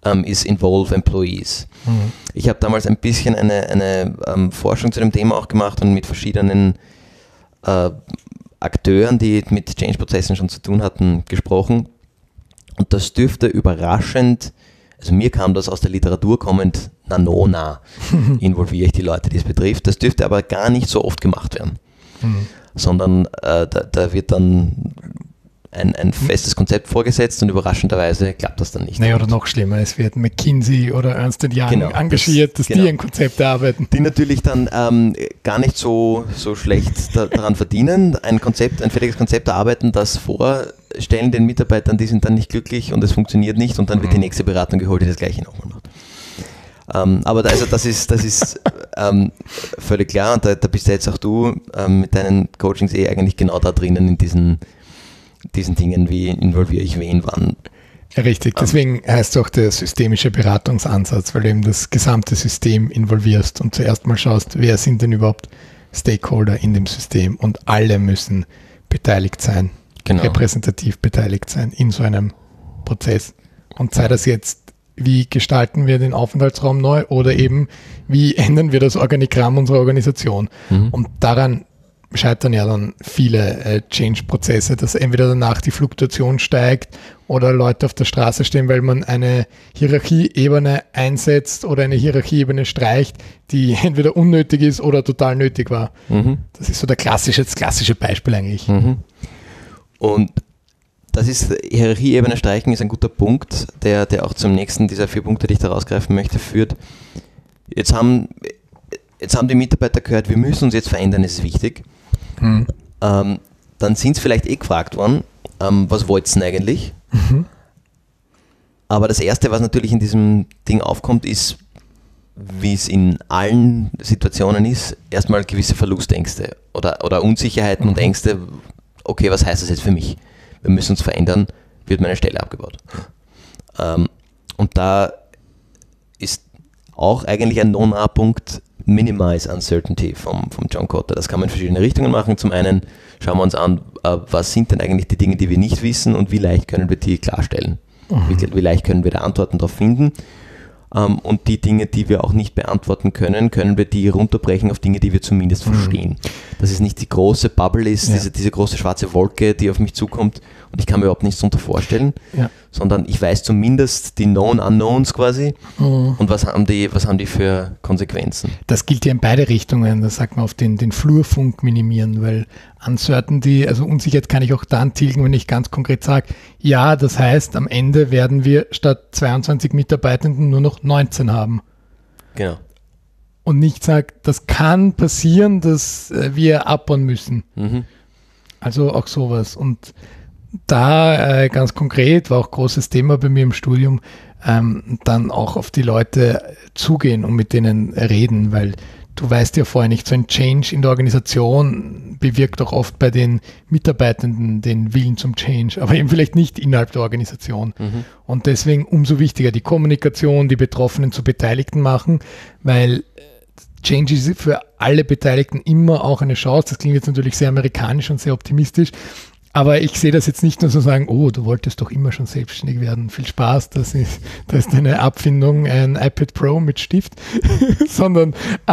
S1: ist Involve Employees. Ich habe damals ein bisschen eine Forschung zu dem Thema auch gemacht und mit verschiedenen Akteuren, die mit Change-Prozessen schon zu tun hatten, gesprochen. Und das dürfte überraschend, also mir kam das aus der Literatur kommend, involviere ich die Leute, die es betrifft. Das dürfte aber gar nicht so oft gemacht werden, sondern da wird dann ein festes Konzept vorgesetzt und überraschenderweise klappt das dann nicht.
S2: Naja, oder noch schlimmer, es wird McKinsey oder Ernst & Young engagiert, dass die ein Konzept erarbeiten.
S1: Die natürlich dann gar nicht so schlecht daran verdienen, ein fertiges Konzept erarbeiten, das vorstellen den Mitarbeitern, die sind dann nicht glücklich und es funktioniert nicht und dann wird die nächste Beratung geholt, die das Gleiche nochmal macht. Aber das ist völlig klar und da bist ja jetzt auch du mit deinen Coachings eigentlich genau da drinnen in diesen Dingen, wie involviere ich wen, wann.
S2: Ja, richtig. Deswegen heißt es auch der systemische Beratungsansatz, weil du eben das gesamte System involvierst und zuerst mal schaust, wer sind denn überhaupt Stakeholder in dem System und alle müssen beteiligt sein, repräsentativ beteiligt sein in so einem Prozess. Und sei das jetzt, wie gestalten wir den Aufenthaltsraum neu oder eben, wie ändern wir das Organigramm unserer Organisation. Und daran scheitern ja dann viele Change-Prozesse, dass entweder danach die Fluktuation steigt oder Leute auf der Straße stehen, weil man eine Hierarchieebene einsetzt oder eine Hierarchieebene streicht, die entweder unnötig ist oder total nötig war. Das ist so das klassische Beispiel eigentlich.
S1: Und das ist, Hierarchieebene streichen ist ein guter Punkt, der auch zum nächsten dieser 4 Punkte, die ich da rausgreifen möchte, führt. Jetzt haben die Mitarbeiter gehört, wir müssen uns jetzt verändern, es ist wichtig. Dann sind sie vielleicht gefragt worden, was wollt ihr denn eigentlich? Aber das Erste, was natürlich in diesem Ding aufkommt, ist, wie es in allen Situationen ist, erstmal gewisse Verlustängste oder Unsicherheiten und Ängste. Okay, was heißt das jetzt für mich? Wir müssen uns verändern, wird meine Stelle abgebaut. Und da ist auch eigentlich ein Non-A-Punkt, Minimize Uncertainty vom John Kotter. Das kann man in verschiedene Richtungen machen. Zum einen schauen wir uns an, was sind denn eigentlich die Dinge, die wir nicht wissen und wie leicht können wir die klarstellen. Wie leicht können wir da Antworten darauf finden. Und die Dinge, die wir auch nicht beantworten können, können wir die runterbrechen auf Dinge, die wir zumindest verstehen. Dass es nicht die große Bubble ist, diese große schwarze Wolke, die auf mich zukommt und ich kann mir überhaupt nichts darunter vorstellen, sondern ich weiß zumindest die Known Unknowns quasi und was haben die für Konsequenzen.
S2: Das gilt ja in beide Richtungen, das sagt man auf den Flurfunk minimieren, weil Uncertainty, also Unsicherheit kann ich auch dann tilgen, wenn ich ganz konkret sage, ja, das heißt, am Ende werden wir statt 22 Mitarbeitenden nur noch 19 haben.
S1: Genau.
S2: Und nicht sagt, das kann passieren, dass wir abbauen müssen. Also auch sowas. Und da ganz konkret, war auch großes Thema bei mir im Studium, dann auch auf die Leute zugehen und mit denen reden, weil du weißt ja vorher nicht, so ein Change in der Organisation bewirkt auch oft bei den Mitarbeitenden den Willen zum Change, aber eben vielleicht nicht innerhalb der Organisation. Und deswegen umso wichtiger die Kommunikation, die Betroffenen zu Beteiligten machen, weil Change ist für alle Beteiligten immer auch eine Chance. Das klingt jetzt natürlich sehr amerikanisch und sehr optimistisch, aber ich sehe das jetzt nicht nur so sagen, oh, du wolltest doch immer schon selbstständig werden, viel Spaß, das ist eine Abfindung, ein iPad Pro mit Stift, sondern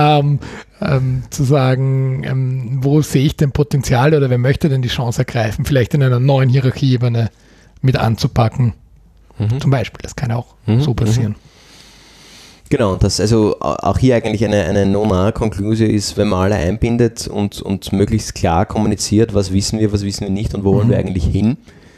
S2: zu sagen, wo sehe ich denn Potenzial oder wer möchte denn die Chance ergreifen, vielleicht in einer neuen Hierarchieebene mit anzupacken, zum Beispiel, das kann auch so passieren.
S1: Genau, das also auch hier eigentlich eine Non-A-Konklusion ist, wenn man alle einbindet und möglichst klar kommuniziert, was wissen wir nicht und wo wollen wir eigentlich hin,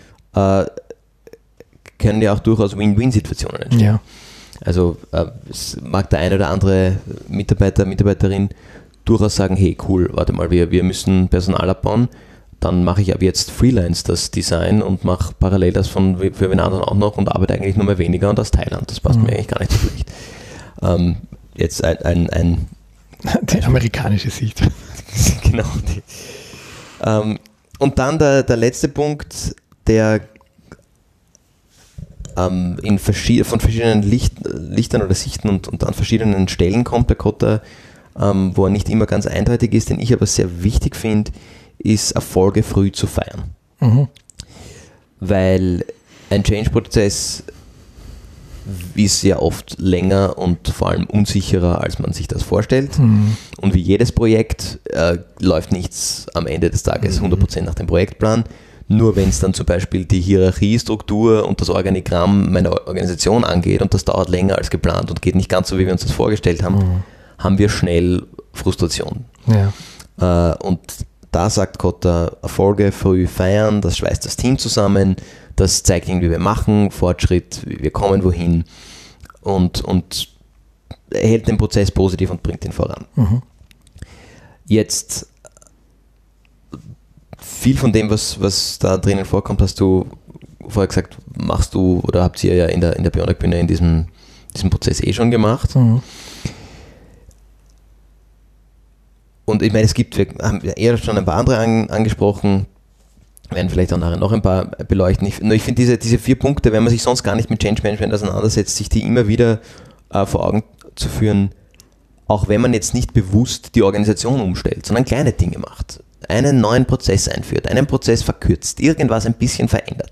S1: können ja auch durchaus Win-Win-Situationen entstehen. Ja. Also es mag der eine oder andere Mitarbeiter, Mitarbeiterin durchaus sagen, hey cool, warte mal, wir müssen Personal abbauen, dann mache ich ab jetzt Freelance das Design und mache parallel das für den anderen auch noch und arbeite eigentlich nur mehr weniger und aus Thailand. Das passt mir eigentlich gar nicht so schlecht. Jetzt
S2: die amerikanische Sicht.
S1: Genau. Und dann der letzte Punkt, der von verschiedenen Lichtern oder Sichten und an verschiedenen Stellen kommt bei Kotter, wo er nicht immer ganz eindeutig ist, den ich aber sehr wichtig finde, ist Erfolge früh zu feiern. Weil ein Change-Prozess ist ja oft länger und vor allem unsicherer, als man sich das vorstellt. Und wie jedes Projekt läuft nichts am Ende des Tages 100% nach dem Projektplan. Nur wenn es dann zum Beispiel die Hierarchiestruktur und das Organigramm meiner Organisation angeht und das dauert länger als geplant und geht nicht ganz so, wie wir uns das vorgestellt haben, haben wir schnell Frustration. Ja. Und da sagt Kotter, Erfolge früh feiern, das schweißt das Team zusammen, das zeigt irgendwie, wir machen Fortschritt, wir kommen wohin und hält den Prozess positiv und bringt ihn voran. Jetzt viel von dem, was da drinnen vorkommt, hast du vorher gesagt, machst du oder habt ihr ja in der Bionik-Bühne in diesem Prozess schon gemacht. Und ich meine, wir haben ja eher schon ein paar andere angesprochen, werden vielleicht auch nachher noch ein paar beleuchten. Ich finde diese 4 Punkte, wenn man sich sonst gar nicht mit Change Management auseinandersetzt, sich die immer wieder vor Augen zu führen, auch wenn man jetzt nicht bewusst die Organisation umstellt, sondern kleine Dinge macht, einen neuen Prozess einführt, einen Prozess verkürzt, irgendwas ein bisschen verändert,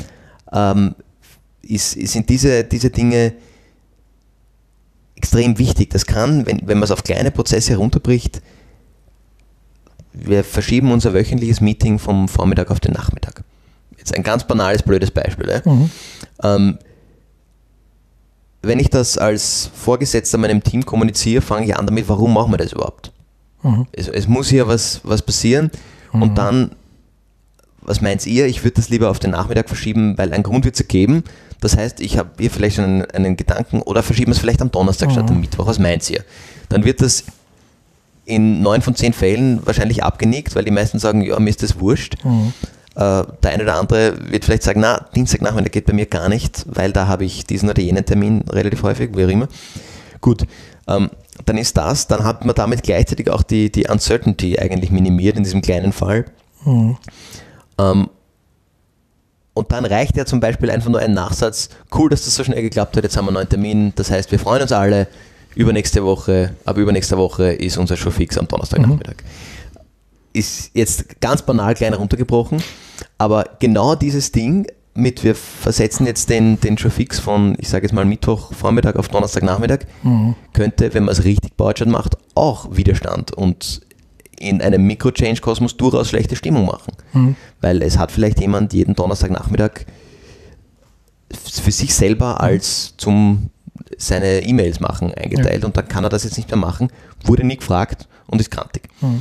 S1: sind diese Dinge extrem wichtig. Das kann, wenn man es auf kleine Prozesse herunterbricht, wir verschieben unser wöchentliches Meeting vom Vormittag auf den Nachmittag. Jetzt ein ganz banales, blödes Beispiel. Wenn ich das als Vorgesetzter meinem Team kommuniziere, fange ich an damit, warum machen wir das überhaupt? Es muss hier was passieren und dann, was meint ihr, ich würde das lieber auf den Nachmittag verschieben, weil ein Grund wird es geben. Das heißt, ich habe hier vielleicht schon einen Gedanken oder verschieben wir es vielleicht am Donnerstag statt am Mittwoch, was meint ihr? Dann wird das in 9 von 10 Fällen wahrscheinlich abgenickt, weil die meisten sagen, ja, mir ist das wurscht. Der eine oder andere wird vielleicht sagen, na, Dienstagnachmittag geht bei mir gar nicht, weil da habe ich diesen oder jenen Termin relativ häufig, wie auch immer. Gut, dann ist das, dann hat man damit gleichzeitig auch die Uncertainty eigentlich minimiert in diesem kleinen Fall. Und dann reicht ja zum Beispiel einfach nur ein Nachsatz, cool, dass das so schnell geklappt hat, jetzt haben wir einen neuen Termin, das heißt, wir freuen uns alle, übernächste Woche ist unser Show fix am Donnerstagnachmittag. Ist jetzt ganz banal klein runtergebrochen, aber genau dieses Ding mit, wir versetzen jetzt den Show fix von, ich sage jetzt mal Mittwochvormittag auf Donnerstagnachmittag, könnte, wenn man es richtig Bautschat macht, auch Widerstand und in einem Mikro-Change-Kosmos durchaus schlechte Stimmung machen. Weil es hat vielleicht jemand jeden Donnerstagnachmittag für sich selber als zum seine E-Mails machen eingeteilt und dann kann er das jetzt nicht mehr machen, wurde nie gefragt und ist krantig.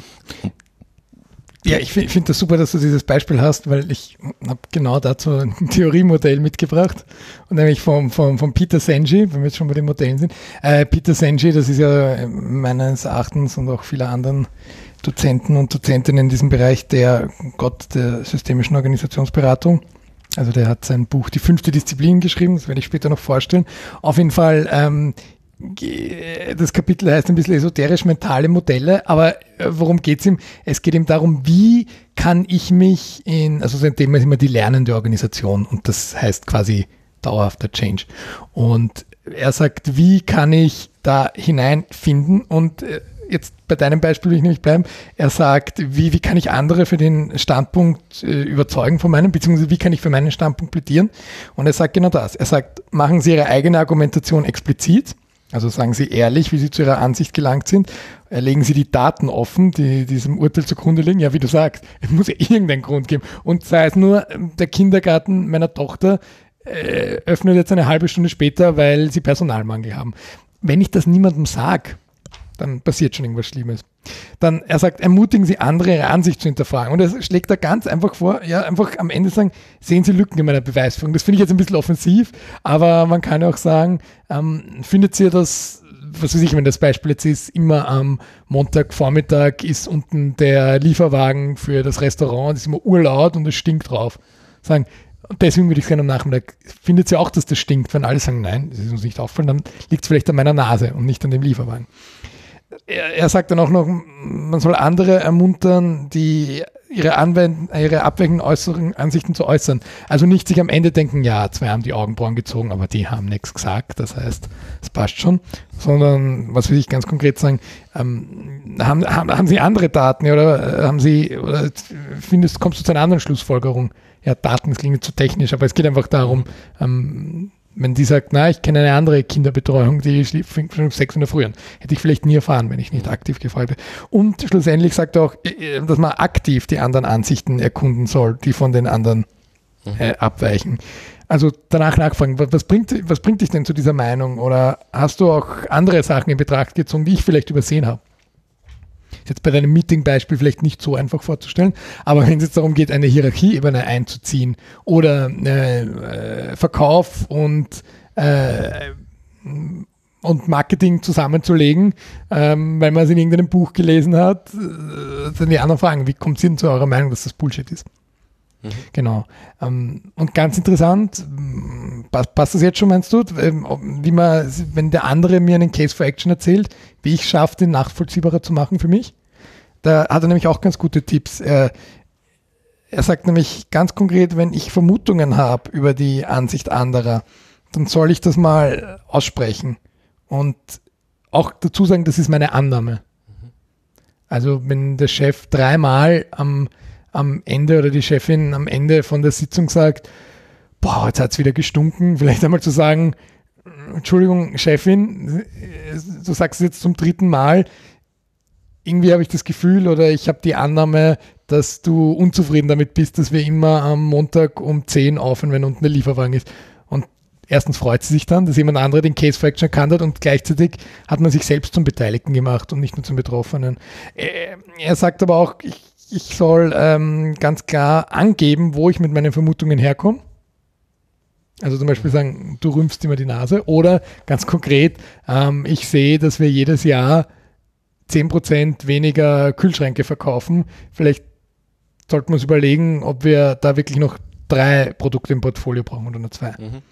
S2: Ja, ich finde das super, dass du dieses Beispiel hast, weil ich habe genau dazu ein Theoriemodell mitgebracht und nämlich von Peter Senge, wenn wir jetzt schon bei den Modellen sind. Peter Senge, das ist ja meines Erachtens und auch vieler anderen Dozenten und Dozentinnen in diesem Bereich der Gott der systemischen Organisationsberatung. Also der hat sein Buch Die 5. Disziplin geschrieben, das werde ich später noch vorstellen. Auf jeden Fall, das Kapitel heißt ein bisschen esoterisch mentale Modelle, aber worum geht es ihm? Es geht ihm darum, wie kann ich mich also sein Thema ist immer die lernende Organisation und das heißt quasi dauerhafter Change. Und er sagt, wie kann ich da hineinfinden und jetzt bei deinem Beispiel will ich nämlich bleiben. Er sagt, wie kann ich andere für den Standpunkt überzeugen von meinem, beziehungsweise wie kann ich für meinen Standpunkt plädieren? Und er sagt genau das. Er sagt, machen Sie Ihre eigene Argumentation explizit, also sagen Sie ehrlich, wie Sie zu Ihrer Ansicht gelangt sind. Legen Sie die Daten offen, die diesem Urteil zugrunde liegen. Ja, wie du sagst, es muss ja irgendeinen Grund geben. Und sei es nur, der Kindergarten meiner Tochter öffnet jetzt eine halbe Stunde später, weil sie Personalmangel haben. Wenn ich das niemandem sage, dann passiert schon irgendwas Schlimmes. Dann, er sagt, ermutigen Sie andere, ihre Ansicht zu hinterfragen. Und er schlägt da ganz einfach vor, ja, einfach am Ende sagen, sehen Sie Lücken in meiner Beweisführung. Das finde ich jetzt ein bisschen offensiv, aber man kann ja auch sagen, findet ihr das, was weiß ich, wenn das Beispiel jetzt ist, immer am Montagvormittag ist unten der Lieferwagen für das Restaurant, das ist immer urlaut und es stinkt drauf. Sagen, und deswegen würde ich gerne am Nachmittag, findet ihr auch, dass das stinkt? Wenn alle sagen, nein, das ist uns nicht auffallen, dann liegt es vielleicht an meiner Nase und nicht an dem Lieferwagen. Er sagt dann auch noch, man soll andere ermuntern, ihre abweichenden Ansichten zu äußern. Also nicht sich am Ende denken, ja, 2 haben die Augenbrauen gezogen, aber die haben nichts gesagt, das heißt, es passt schon, sondern, was will ich ganz konkret sagen, haben Sie andere Daten oder kommst du zu einer anderen Schlussfolgerung? Ja, Daten, das klingt zu technisch, aber es geht einfach darum, Wenn die sagt, na, ich kenne eine andere Kinderbetreuung, die fängt schon um 6 in der Früh an. Hätte ich vielleicht nie erfahren, wenn ich nicht aktiv gefragt wäre. Und schlussendlich sagt er auch, dass man aktiv die anderen Ansichten erkunden soll, die von den anderen abweichen. Also danach nachfragen, was bringt dich denn zu dieser Meinung? Oder hast du auch andere Sachen in Betracht gezogen, die ich vielleicht übersehen habe? Ist jetzt bei deinem Meeting-Beispiel vielleicht nicht so einfach vorzustellen, aber wenn es jetzt darum geht, eine Hierarchieebene einzuziehen oder Verkauf und Marketing zusammenzulegen, weil man es in irgendeinem Buch gelesen hat, dann die anderen fragen, wie kommt es denn zu eurer Meinung, dass das Bullshit ist? Genau. Und ganz interessant, passt das jetzt schon, meinst du, wenn der andere mir einen Case for Action erzählt, wie ich schaffe, den nachvollziehbarer zu machen für mich? Da hat er nämlich auch ganz gute Tipps. Er sagt nämlich ganz konkret, wenn ich Vermutungen habe über die Ansicht anderer, dann soll ich das mal aussprechen und auch dazu sagen, das ist meine Annahme. Also wenn der Chef 3-mal am Ende oder die Chefin am Ende von der Sitzung sagt, boah, jetzt hat es wieder gestunken, vielleicht einmal zu sagen, Entschuldigung, Chefin, du sagst es jetzt zum 3. Mal, irgendwie habe ich das Gefühl oder ich habe die Annahme, dass du unzufrieden damit bist, dass wir immer am Montag um 10 aufhören, wenn unten der Lieferwagen ist. Und erstens freut sie sich dann, dass jemand anderer den Case for Action erkannt hat und gleichzeitig hat man sich selbst zum Beteiligten gemacht und nicht nur zum Betroffenen. Er sagt aber auch, ich soll ganz klar angeben, wo ich mit meinen Vermutungen herkomme. Also zum Beispiel sagen, du rümpfst immer die Nase. Oder ganz konkret, ich sehe, dass wir jedes Jahr 10% weniger Kühlschränke verkaufen. Vielleicht sollten wir uns überlegen, ob wir da wirklich noch 3 Produkte im Portfolio brauchen oder nur 2.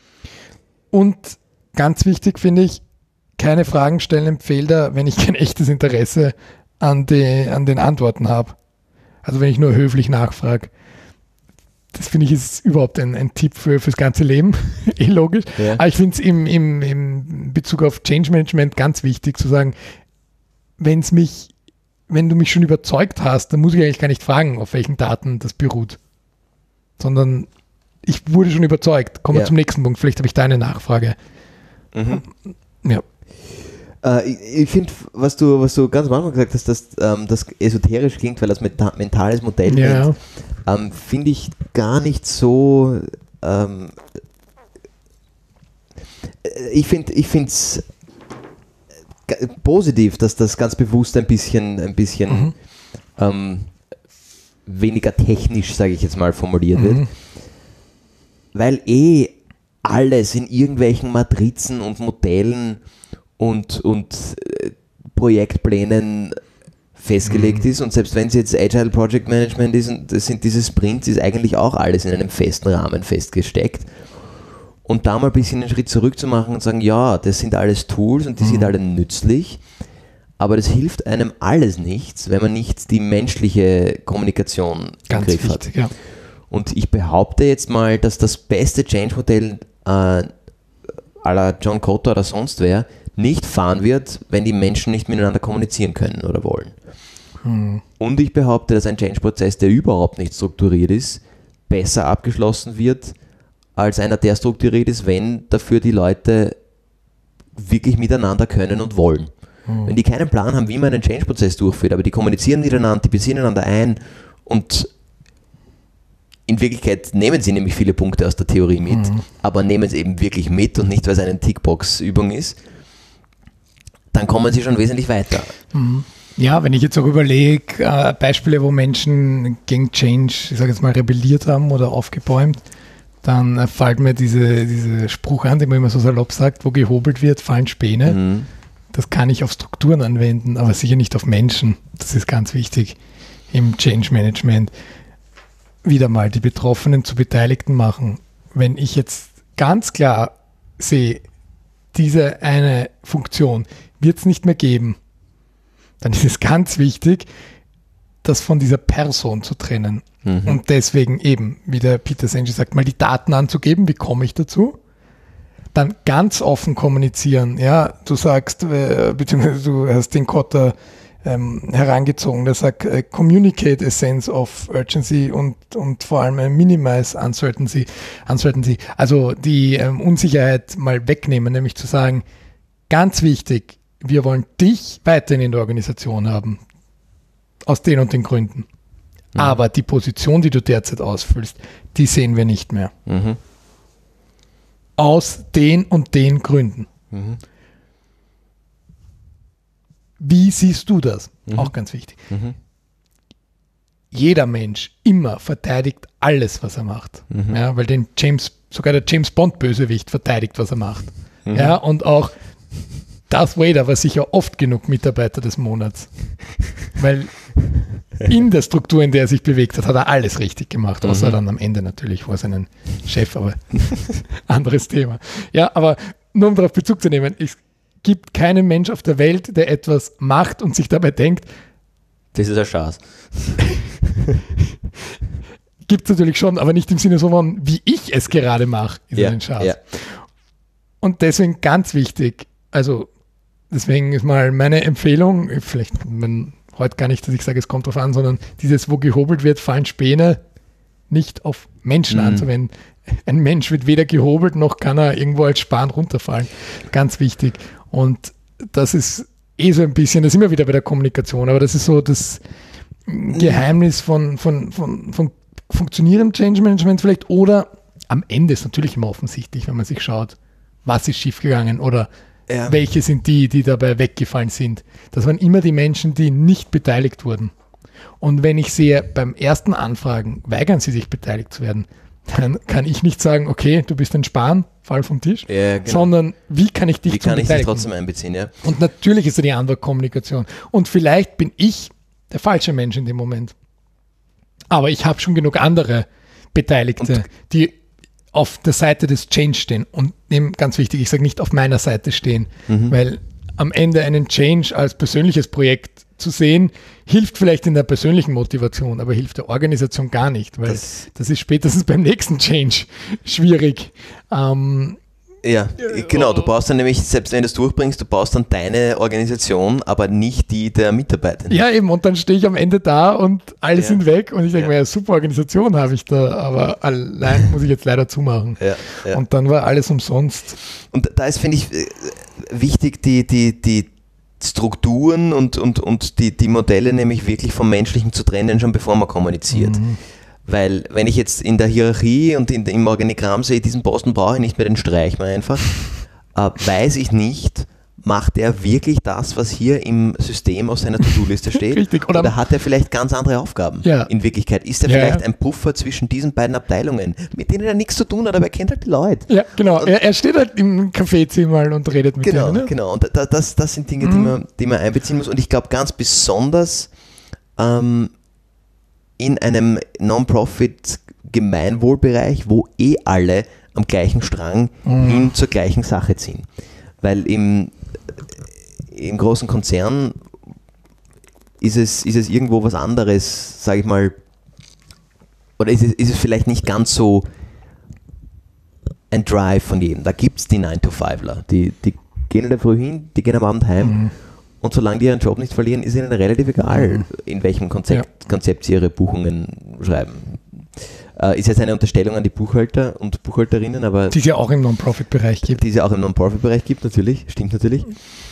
S2: Und ganz wichtig finde ich, keine Fragen stellen im Felder, wenn ich kein echtes Interesse an den Antworten habe. Also wenn ich nur höflich nachfrage. Das finde ich ist überhaupt ein Tipp fürs ganze Leben. Logisch. Ja. Aber ich finde es im Bezug auf Change Management ganz wichtig zu sagen, wenn du mich schon überzeugt hast, dann muss ich eigentlich gar nicht fragen, auf welchen Daten das beruht. Sondern ich wurde schon überzeugt. Kommen wir zum nächsten Punkt. Vielleicht habe ich da eine Nachfrage. Ja.
S3: Ich finde, was du ganz am Anfang gesagt hast, dass das esoterisch klingt, weil das mentales Modell nennt, finde ich gar nicht so. Ich finde es positiv, dass das ganz bewusst ein bisschen weniger technisch, sage ich jetzt mal, formuliert wird, weil alles in irgendwelchen Matrizen und Modellen und Projektplänen festgelegt ist und selbst wenn es jetzt Agile Project Management ist und das sind diese Sprints, ist eigentlich auch alles in einem festen Rahmen festgesteckt und da mal ein bisschen einen Schritt zurück zu machen und sagen, ja, das sind alles Tools und die sind alle nützlich, aber das hilft einem alles nichts, wenn man nicht die menschliche Kommunikation im Griff hat. Ja. Und ich behaupte jetzt mal, dass das beste Change-Modell à la John Cotto oder sonst wer nicht fahren wird, wenn die Menschen nicht miteinander kommunizieren können oder wollen. Und ich behaupte, dass ein Change-Prozess, der überhaupt nicht strukturiert ist, besser abgeschlossen wird, als einer, der strukturiert ist, wenn dafür die Leute wirklich miteinander können und wollen. Wenn die keinen Plan haben, wie man einen Change-Prozess durchführt, aber die kommunizieren miteinander, die beziehen einander ein und in Wirklichkeit nehmen sie nämlich viele Punkte aus der Theorie mit, aber nehmen es eben wirklich mit und nicht, weil es eine Tickbox-Übung ist, dann kommen sie schon wesentlich weiter.
S2: Ja, wenn ich jetzt auch überlege, Beispiele, wo Menschen gegen Change, ich sage jetzt mal, rebelliert haben oder aufgebäumt, dann fällt mir diese Spruch an, den man immer so salopp sagt, wo gehobelt wird, fallen Späne. Das kann ich auf Strukturen anwenden, aber sicher nicht auf Menschen. Das ist ganz wichtig im Change Management. Wieder mal die Betroffenen zu Beteiligten machen. Wenn ich jetzt ganz klar sehe, diese eine Funktion wird es nicht mehr geben, dann ist es ganz wichtig, das von dieser Person zu trennen. Und deswegen eben, wie der Peter Senge sagt, mal die Daten anzugeben, wie komme ich dazu? Dann ganz offen kommunizieren. Ja, du sagst, beziehungsweise du hast den Kotter herangezogen, der sagt, communicate a sense of urgency und vor allem minimize uncertainty. Also die Unsicherheit mal wegnehmen, nämlich zu sagen, ganz wichtig, wir wollen dich weiterhin in der Organisation haben. Aus den und den Gründen. Mhm. Aber die Position, die du derzeit ausfüllst, die sehen wir nicht mehr.
S3: Mhm.
S2: Aus den und den Gründen.
S3: Mhm.
S2: Wie siehst du das?
S3: Mhm.
S2: Auch ganz wichtig.
S3: Mhm.
S2: Jeder Mensch immer verteidigt alles, was er macht.
S3: Mhm.
S2: Ja, weil sogar der James Bond-Bösewicht verteidigt, was er macht.
S3: Mhm.
S2: Ja, und auch Darth Vader war sicher oft genug Mitarbeiter des Monats. Weil in der Struktur, in der er sich bewegt hat, hat er alles richtig gemacht. Außer dann am Ende natürlich vor seinen Chef, aber anderes Thema. Ja, aber nur um darauf Bezug zu nehmen, es gibt keinen Mensch auf der Welt, der etwas macht und sich dabei denkt,
S3: das ist ein Schatz.
S2: Gibt es natürlich schon, aber nicht im Sinne so von, wie ich es gerade mache, ist ein Schatz.
S3: Ja.
S2: Und deswegen ganz wichtig, also deswegen ist mal meine Empfehlung, vielleicht heute gar nicht, dass ich sage, es kommt drauf an, sondern dieses, wo gehobelt wird, fallen Späne, nicht auf Menschen anzuwenden. Ein Mensch wird weder gehobelt, noch kann er irgendwo als Span runterfallen. Ganz wichtig. Und das ist so ein bisschen, da sind wir wieder bei der Kommunikation, aber das ist so das Geheimnis von funktionierendem Change Management vielleicht, oder am Ende ist natürlich immer offensichtlich, wenn man sich schaut, was ist schiefgegangen oder welche sind die dabei weggefallen sind. Das waren immer die Menschen, die nicht beteiligt wurden. Und wenn ich sehe, beim ersten Anfragen weigern sie sich beteiligt zu werden, dann kann ich nicht sagen, okay, du bist ein Spahn, fall vom Tisch, sondern wie kann ich dich
S3: zum Beteiligen? Wie kann ich dich trotzdem einbeziehen, ja?
S2: Und natürlich ist da die Antwort Kommunikation. Und vielleicht bin ich der falsche Mensch in dem Moment. Aber ich habe schon genug andere Beteiligte, die auf der Seite des Change stehen. Und eben ganz wichtig, ich sage nicht auf meiner Seite stehen, weil am Ende einen Change als persönliches Projekt zu sehen, hilft vielleicht in der persönlichen Motivation, aber hilft der Organisation gar nicht, weil das ist spätestens beim nächsten Change schwierig.
S3: Ja, genau, du baust dann nämlich, selbst wenn du es durchbringst, du baust dann deine Organisation, aber nicht die der Mitarbeiter.
S2: Ja, eben, und dann stehe ich am Ende da und alle sind weg und ich denke mir, ja, super Organisation habe ich da, aber allein muss ich jetzt leider zumachen.
S3: Ja.
S2: Und dann war alles umsonst.
S3: Und da ist, finde ich, wichtig, die Strukturen und die Modelle nämlich wirklich vom Menschlichen zu trennen, schon bevor man kommuniziert. Weil wenn ich jetzt in der Hierarchie und im Organigramm sehe, diesen Posten brauche ich nicht mehr, den streichen wir einfach, weiß ich nicht, macht er wirklich das, was hier im System auf seiner To-Do-Liste steht?
S2: Richtig.
S3: Oder hat er vielleicht ganz andere Aufgaben?
S2: Ja.
S3: In Wirklichkeit ist er vielleicht ein Puffer zwischen diesen beiden Abteilungen, mit denen er nichts zu tun hat, aber er kennt halt die Leute. Ja,
S2: genau. Er steht halt im Café-Zimmer und redet mit denen. Ne?
S3: Genau. Und das sind Dinge, die man einbeziehen muss. Und ich glaube ganz besonders in einem Non-Profit-Gemeinwohlbereich, wo alle am gleichen Strang hin zur gleichen Sache ziehen. Weil im großen Konzern ist es irgendwo was anderes, sage ich mal, oder ist es vielleicht nicht ganz so ein Drive von jedem. Da gibt es die 9-to-5ler, die gehen in der Früh hin, die gehen am Abend heim. Und solange die ihren Job nicht verlieren, ist ihnen relativ egal, in welchem Konzept sie ihre Buchungen schreiben. Ist jetzt eine Unterstellung an die Buchhalter und Buchhalterinnen, aber
S2: die es ja auch im Non-Profit-Bereich gibt.
S3: Die es ja auch im Non-Profit-Bereich gibt, natürlich. Stimmt natürlich.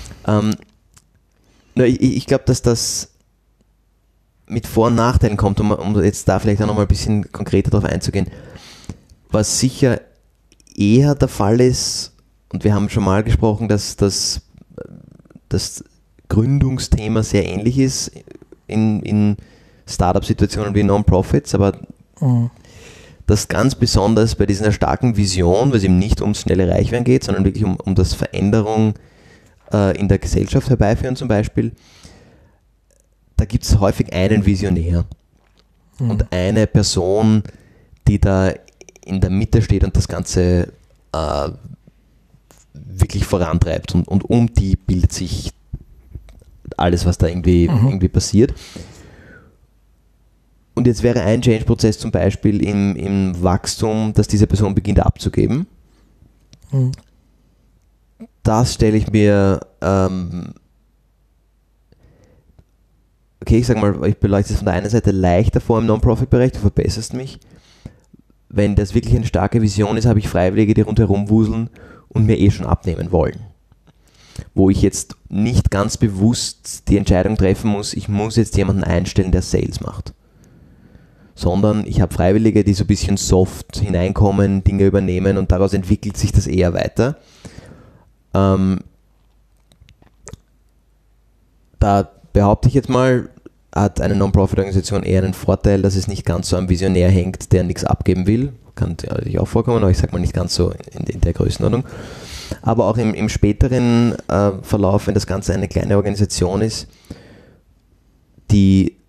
S3: Ich glaube, dass das mit Vor- und Nachteilen kommt, um jetzt da vielleicht auch nochmal ein bisschen konkreter darauf einzugehen. Was sicher eher der Fall ist, und wir haben schon mal gesprochen, dass das Gründungsthema sehr ähnlich ist in Startup-Situationen wie Non-Profits, aber das ganz besonders bei dieser starken Vision, weil es eben nicht ums schnelle Reichwerden geht, sondern wirklich um das Veränderung in der Gesellschaft herbeiführen zum Beispiel, da gibt es häufig einen Visionär und eine Person, die da in der Mitte steht und das Ganze wirklich vorantreibt und um die bildet sich alles, was da irgendwie passiert. Und jetzt wäre ein Change-Prozess zum Beispiel im Wachstum, dass diese Person beginnt abzugeben. Das stelle ich mir okay, ich sag mal, ich beleuchte es von der einen Seite leichter vor im Non-Profit-Bereich, du verbesserst mich. Wenn das wirklich eine starke Vision ist, habe ich Freiwillige, die rundherum wuseln und mir schon abnehmen wollen. Wo ich jetzt nicht ganz bewusst die Entscheidung treffen muss, ich muss jetzt jemanden einstellen, der Sales macht. Sondern ich habe Freiwillige, die so ein bisschen soft hineinkommen, Dinge übernehmen und daraus entwickelt sich das eher weiter. Da behaupte ich jetzt mal, hat eine Non-Profit-Organisation eher einen Vorteil, dass es nicht ganz so am Visionär hängt, der nichts abgeben will. Kann natürlich auch vorkommen, aber ich sage mal nicht ganz so in der Größenordnung. Aber auch im späteren Verlauf, wenn das Ganze eine kleine Organisation ist, die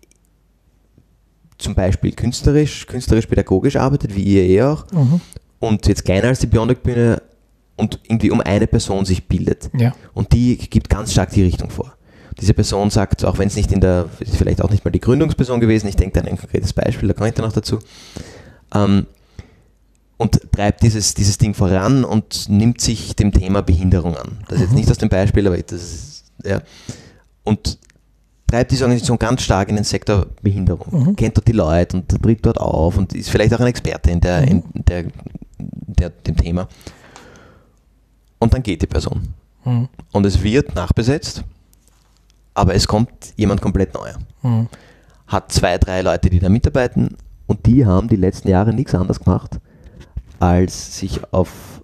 S3: zum Beispiel künstlerisch-pädagogisch arbeitet, wie ihr auch, und jetzt kleiner als die Beyondec-Bühne und irgendwie um eine Person sich bildet.
S2: Ja.
S3: Und die gibt ganz stark die Richtung vor. Diese Person sagt, auch wenn es nicht ist vielleicht auch nicht mal die Gründungsperson gewesen, ich denke an ein konkretes Beispiel, da komme ich dann noch dazu, und treibt dieses Ding voran und nimmt sich dem Thema Behinderung an. Das ist jetzt nicht aus dem Beispiel, aber das ist, ja. Und treibt diese Organisation ganz stark in den Sektor Behinderung, kennt dort die Leute und tritt dort auf und ist vielleicht auch ein Experte in dem Thema. Und dann geht die Person. Und es wird nachbesetzt, aber es kommt jemand komplett neuer. Hat 2, 3 Leute, die da mitarbeiten und die haben die letzten Jahre nichts anderes gemacht, als sich auf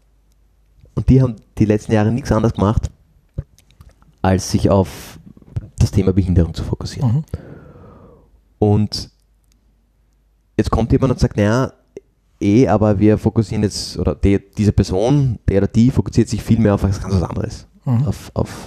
S3: das Thema Behinderung zu fokussieren. Und jetzt kommt jemand und sagt, naja, aber wir fokussieren jetzt, oder diese Person, der oder die fokussiert sich viel mehr auf was ganz anderes. Auf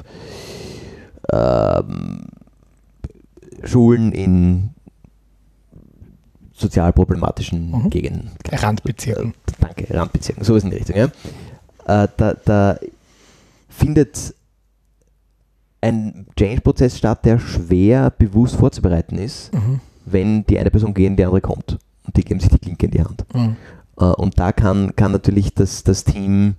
S3: Schulen in sozial problematischen Gegenden.
S2: Randbezirken.
S3: Danke, Randbezirken, sowas in die Richtung. Ja. Da findet ein Change-Prozess statt, der schwer bewusst vorzubereiten ist, wenn die eine Person geht und die andere kommt. Und die geben sich die Klinke in die Hand. Und da kann natürlich das Team,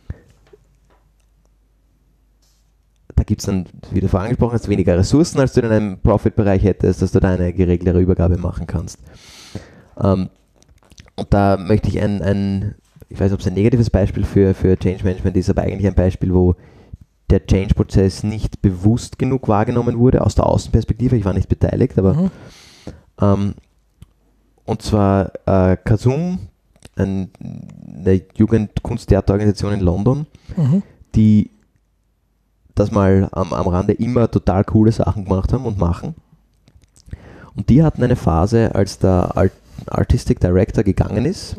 S3: da gibt es dann, wie du vorher angesprochen hast, weniger Ressourcen, als du in einem Profit-Bereich hättest, dass du da eine geregelte Übergabe machen kannst. Und da möchte ich ich weiß nicht, ob es ein negatives Beispiel für Change Management ist, aber eigentlich ein Beispiel, wo der Change-Prozess nicht bewusst genug wahrgenommen wurde, aus der Außenperspektive, ich war nicht beteiligt, aber und zwar Kasum, eine Jugendkunsttheaterorganisation in London, die das mal am Rande immer total coole Sachen gemacht haben und machen. Und die hatten eine Phase, als der Artistic Director gegangen ist,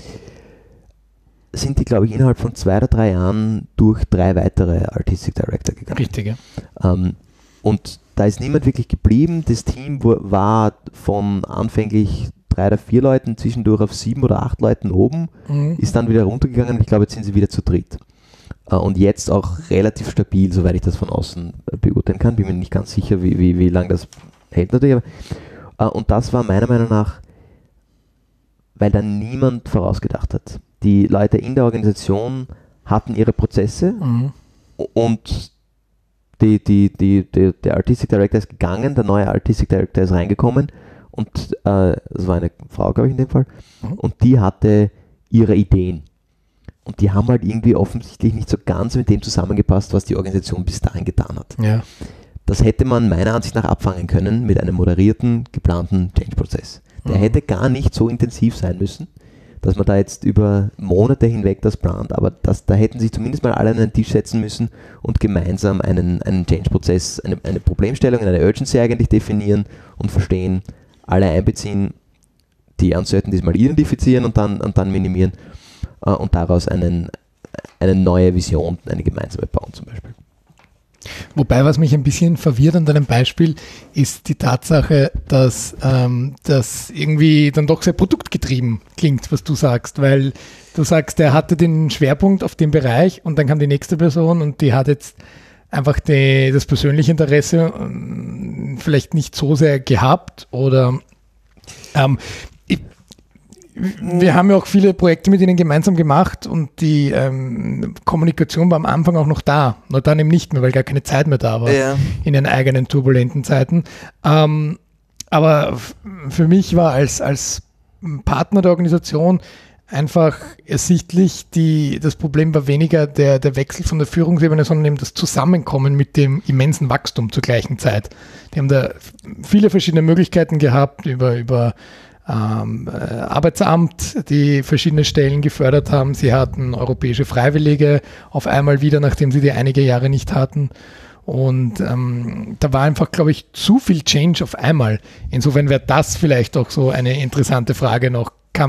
S3: sind die, glaube ich, innerhalb von 2 oder 3 Jahren durch 3 weitere Artistic Director gegangen.
S2: Richtig, ja.
S3: Und da ist niemand wirklich geblieben. Das Team war von anfänglich 3 oder 4 Leuten zwischendurch auf 7 oder 8 Leuten oben, ist dann wieder runtergegangen und ich glaube, jetzt sind sie wieder zu dritt. Und jetzt auch relativ stabil, soweit ich das von außen beurteilen kann. Bin mir nicht ganz sicher, wie lange das hält natürlich. Und das war meiner Meinung nach, weil da niemand vorausgedacht hat. Die Leute in der Organisation hatten ihre Prozesse und der Artistic Director ist gegangen, der neue Artistic Director ist reingekommen und das war eine Frau, glaube ich, in dem Fall, und die hatte ihre Ideen. Und die haben halt irgendwie offensichtlich nicht so ganz mit dem zusammengepasst, was die Organisation bis dahin getan hat.
S2: Ja.
S3: Das hätte man meiner Ansicht nach abfangen können mit einem moderierten, geplanten Change-Prozess. Der hätte gar nicht so intensiv sein müssen, dass man da jetzt über Monate hinweg das plant, aber da hätten sich zumindest mal alle an einen Tisch setzen müssen und gemeinsam einen Change-Prozess, eine Problemstellung, eine Urgency eigentlich definieren und verstehen, alle einbeziehen, die Uncertainties mal identifizieren und dann minimieren und daraus eine neue Vision, eine gemeinsame bauen zum Beispiel.
S2: Wobei, was mich ein bisschen verwirrt an deinem Beispiel, ist die Tatsache, dass das irgendwie dann doch sehr produktgetrieben klingt, was du sagst, weil du sagst, der hatte den Schwerpunkt auf dem Bereich und dann kam die nächste Person und die hat jetzt einfach das persönliche Interesse vielleicht nicht so sehr gehabt oder wir haben ja auch viele Projekte mit ihnen gemeinsam gemacht und die Kommunikation war am Anfang auch noch da, nur dann eben nicht mehr, weil gar keine Zeit mehr da war in den eigenen turbulenten Zeiten. Aber für mich war als Partner der Organisation einfach ersichtlich, das Problem war weniger der Wechsel von der Führungsebene, sondern eben das Zusammenkommen mit dem immensen Wachstum zur gleichen Zeit. Die haben da viele verschiedene Möglichkeiten gehabt über Arbeitsamt, die verschiedene Stellen gefördert haben. Sie hatten europäische Freiwillige auf einmal wieder, nachdem sie die einige Jahre nicht hatten. Und da war einfach, glaube ich, zu viel Change auf einmal. Insofern wäre das vielleicht auch so eine interessante Frage noch.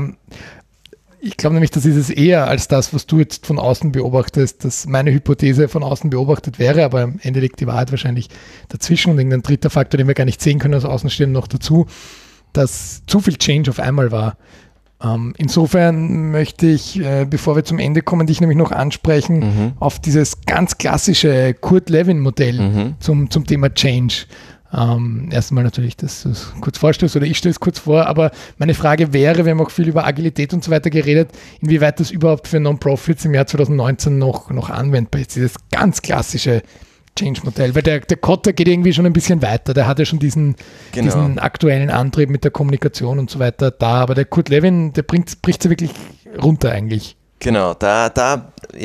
S2: Ich glaube nämlich, das ist es eher als das, was du jetzt von außen beobachtest, dass meine Hypothese von außen beobachtet wäre, aber am Ende liegt die Wahrheit wahrscheinlich dazwischen und irgendein dritter Faktor, den wir gar nicht sehen können, als Außenstehende noch dazu, dass zu viel Change auf einmal war. Insofern möchte ich, bevor wir zum Ende kommen, dich nämlich noch ansprechen auf dieses ganz klassische Kurt-Lewin-Modell zum Thema Change. Erstmal natürlich, dass du es kurz vorstellst oder ich stelle es kurz vor, aber meine Frage wäre, wir haben auch viel über Agilität und so weiter geredet, inwieweit das überhaupt für Non-Profits im Jahr 2019 noch anwendbar ist, dieses ganz klassische-Change-Modell, weil der Kotter geht irgendwie schon ein bisschen weiter, der hat ja schon diesen aktuellen Antrieb mit der Kommunikation und so weiter da, aber der Kurt Lewin, der bricht sie wirklich runter eigentlich.
S1: Genau, also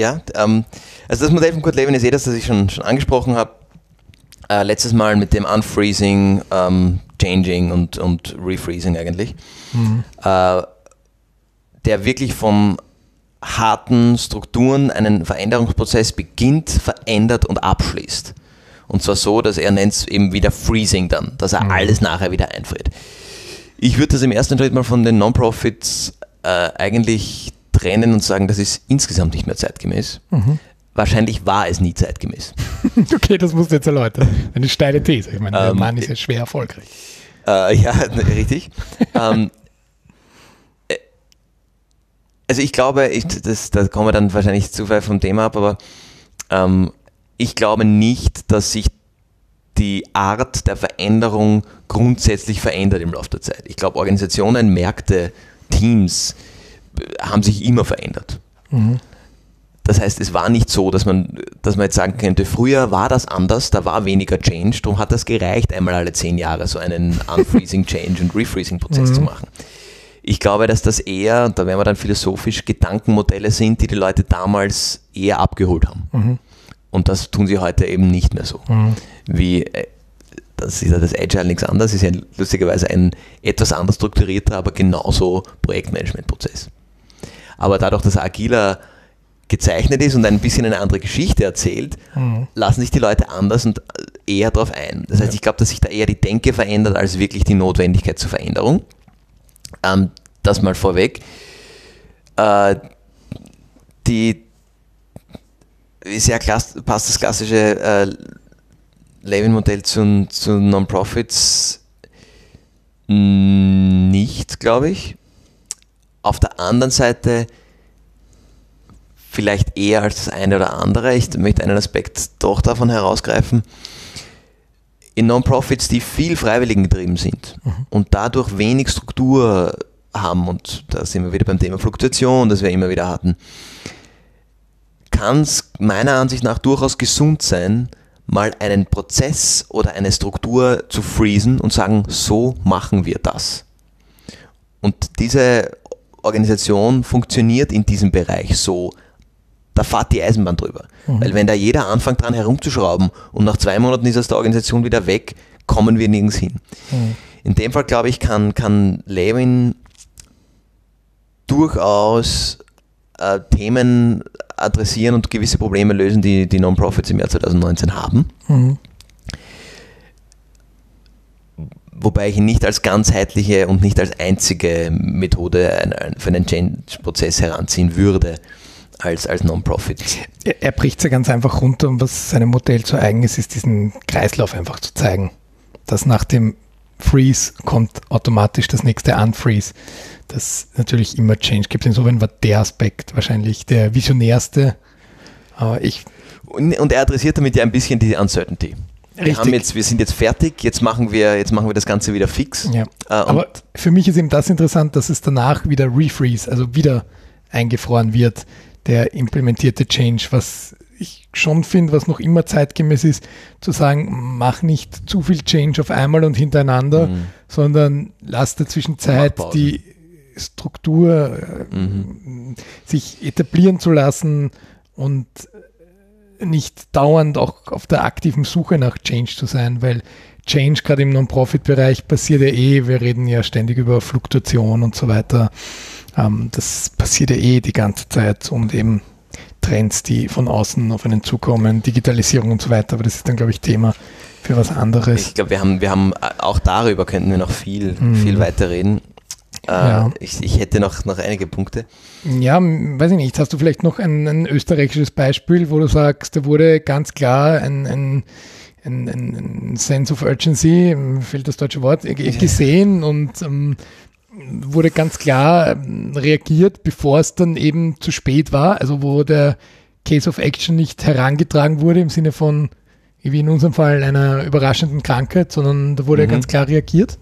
S1: das Modell von Kurt Lewin ist das ich schon angesprochen habe, letztes Mal mit dem Unfreezing, Changing und Refreezing eigentlich, der wirklich von harten Strukturen einen Veränderungsprozess beginnt, verändert und abschließt. Und zwar so, dass er nennt es eben wieder Freezing dann, dass er alles nachher wieder einfriert. Ich würde das im ersten Schritt mal von den Non-Profits eigentlich trennen und sagen, das ist insgesamt nicht mehr zeitgemäß. Wahrscheinlich war es nie zeitgemäß.
S2: Okay, das musst du jetzt erläutern. Eine steile These. Ich meine, der Mann ist ja schwer erfolgreich.
S1: Ja, richtig. Also ich glaube, da kommen wir dann wahrscheinlich zu weit vom Thema ab, aber ich glaube nicht, dass sich die Art der Veränderung grundsätzlich verändert im Laufe der Zeit. Ich glaube, Organisationen, Märkte, Teams haben sich immer verändert. Das heißt, es war nicht so, dass man jetzt sagen könnte, früher war das anders, da war weniger Change, darum hat das gereicht, einmal alle 10 Jahre so einen Unfreezing, Change und Refreezing-Prozess zu machen. Ich glaube, dass das eher, da werden wir dann philosophisch, Gedankenmodelle sind, die Leute damals eher abgeholt haben. Und das tun sie heute eben nicht mehr so. Das ist ja das Agile nichts anderes, ist ja lustigerweise ein etwas anders strukturierter, aber genauso Projektmanagement-Prozess. Aber dadurch, dass Agiler gezeichnet ist und ein bisschen eine andere Geschichte erzählt, lassen sich die Leute anders und eher darauf ein. Das heißt, ich glaube, dass sich da eher die Denke verändert, als wirklich die Notwendigkeit zur Veränderung. Das mal vorweg. Passt das klassische Lewin-Modell zu Non-Profits nicht, glaube ich. Auf der anderen Seite vielleicht eher als das eine oder andere. Ich möchte einen Aspekt doch davon herausgreifen. In Non-Profits, die viel freiwilligen getrieben sind und dadurch wenig Struktur haben, und da sind wir wieder beim Thema Fluktuation, das wir immer wieder hatten, kann es meiner Ansicht nach durchaus gesund sein, mal einen Prozess oder eine Struktur zu freezen und sagen, so machen wir das. Und diese Organisation funktioniert in diesem Bereich so, da fährt die Eisenbahn drüber. Weil wenn da jeder anfängt dran herumzuschrauben und nach 2 Monaten ist aus der Organisation wieder weg, kommen wir nirgends hin. In dem Fall, glaube ich, kann Lewin durchaus Themen adressieren und gewisse Probleme lösen, die Non-Profits im Jahr 2019 haben. Wobei ich ihn nicht als ganzheitliche und nicht als einzige Methode für einen Change-Prozess heranziehen würde, als Non-Profit.
S2: Er bricht es ja ganz einfach runter, und was seinem Modell zu eigen ist, diesen Kreislauf einfach zu zeigen. Dass nach dem Freeze kommt automatisch das nächste Unfreeze. Das natürlich immer Change gibt. Insofern war der Aspekt wahrscheinlich der visionärste.
S1: Und er adressiert damit ja ein bisschen die Uncertainty. wir sind jetzt fertig, jetzt machen wir das Ganze wieder fix.
S2: Ja. Aber für mich ist eben das interessant, dass es danach wieder refreeze, also wieder eingefroren wird, der implementierte Change, was ich schon finde, was noch immer zeitgemäß ist, zu sagen, mach nicht zu viel Change auf einmal und hintereinander, sondern lass dazwischen Zeit, die Struktur sich etablieren zu lassen und nicht dauernd auch auf der aktiven Suche nach Change zu sein, weil Change gerade im Non-Profit-Bereich passiert ja wir reden ja ständig über Fluktuation und so weiter. Das passiert ja die ganze Zeit und eben Trends, die von außen auf einen zukommen, Digitalisierung und so weiter, aber das ist dann, glaube ich, Thema für was anderes.
S1: Ich glaube, wir haben auch darüber könnten wir noch viel weiter reden. Ich hätte noch einige Punkte.
S2: Ja, weiß ich nicht. Hast du vielleicht noch ein österreichisches Beispiel, wo du sagst, da wurde ganz klar ein Sense of Urgency, fehlt das deutsche Wort, gesehen und wurde ganz klar reagiert, bevor es dann eben zu spät war, also wo der Case of Action nicht herangetragen wurde im Sinne von, wie in unserem Fall, einer überraschenden Krankheit, sondern da wurde ganz klar reagiert?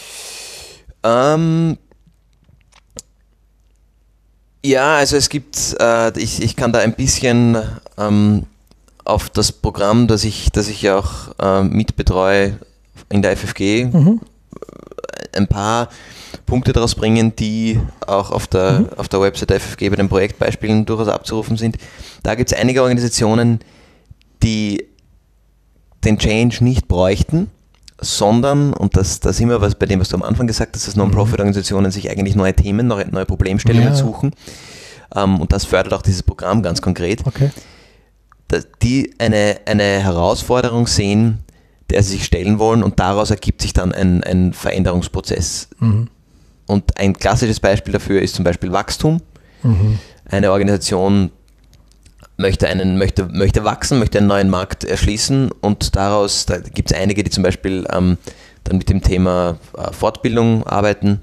S1: Ja, also es gibt, ich kann da ein bisschen auf das Programm, das ich ja auch mitbetreue in der FFG, ein paar Punkte daraus bringen, die auch auf der Website der FFG bei den Projektbeispielen durchaus abzurufen sind. Da gibt es einige Organisationen, die den Change nicht bräuchten, sondern, und das sind wir bei dem, was du am Anfang gesagt hast, dass Non-Profit-Organisationen sich eigentlich neue Themen, neue Problemstellungen suchen. Und das fördert auch dieses Programm ganz konkret.
S2: Okay.
S1: Die eine Herausforderung sehen, der sie sich stellen wollen, und daraus ergibt sich dann ein Veränderungsprozess. Und ein klassisches Beispiel dafür ist zum Beispiel Wachstum. Eine Organisation möchte wachsen, möchte einen neuen Markt erschließen, und da gibt es einige, die zum Beispiel dann mit dem Thema Fortbildung arbeiten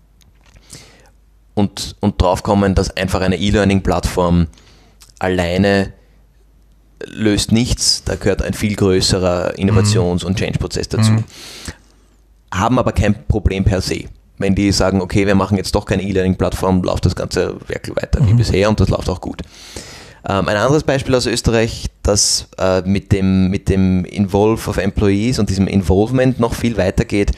S1: und drauf kommen, dass einfach eine E-Learning-Plattform alleine löst nichts, da gehört ein viel größerer Innovations- und Change-Prozess dazu. Haben aber kein Problem per se. Wenn die sagen, okay, wir machen jetzt doch keine E-Learning-Plattform, läuft das Ganze wirklich weiter wie bisher, und das läuft auch gut. Ein anderes Beispiel aus Österreich, das mit dem Involve of Employees und diesem Involvement noch viel weiter geht,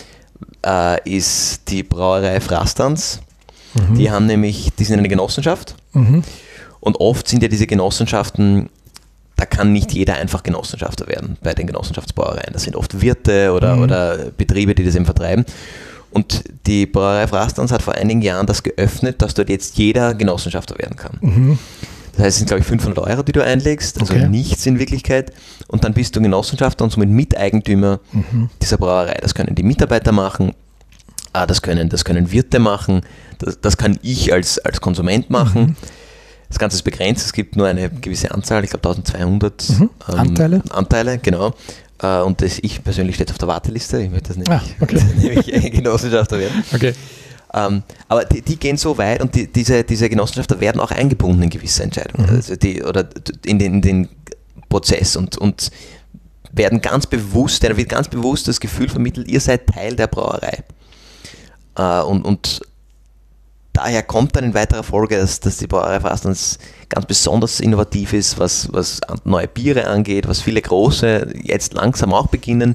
S1: ist die Brauerei Frastans. Die sind eine Genossenschaft, und oft sind ja diese Genossenschaften, da kann nicht jeder einfach Genossenschafter werden bei den Genossenschaftsbrauereien. Das sind oft Wirte oder Betriebe, die das eben vertreiben. Und die Brauerei Frastans hat vor einigen Jahren das geöffnet, dass dort jetzt jeder Genossenschafter werden kann. Das heißt, es sind, glaube ich, 500 €, die du einlegst, also nichts in Wirklichkeit. Und dann bist du Genossenschafter und somit Miteigentümer dieser Brauerei. Das können die Mitarbeiter machen, das können Wirte machen, das kann ich als Konsument machen. Das Ganze ist begrenzt, es gibt nur eine gewisse Anzahl, ich glaube 1200 Anteile, genau. Und ich persönlich stehe auf der Warteliste, ich möchte das nämlich Genossenschafter werden.
S2: Okay.
S1: Aber die gehen so weit, und diese Genossenschafter werden auch eingebunden in gewisse Entscheidungen, also in den Prozess, und werden ganz bewusst, da wird ganz bewusst das Gefühl vermittelt, ihr seid Teil der Brauerei. Und daher kommt dann in weiterer Folge, dass die Brauerei Frastans ganz besonders innovativ ist, was neue Biere angeht, was viele große jetzt langsam auch beginnen.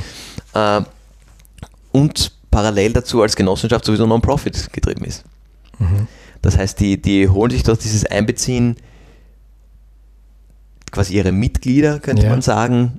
S1: Und parallel dazu als Genossenschaft sowieso Non-Profit getrieben ist. Das heißt, die holen sich durch dieses Einbeziehen quasi ihre Mitglieder, könnte man sagen,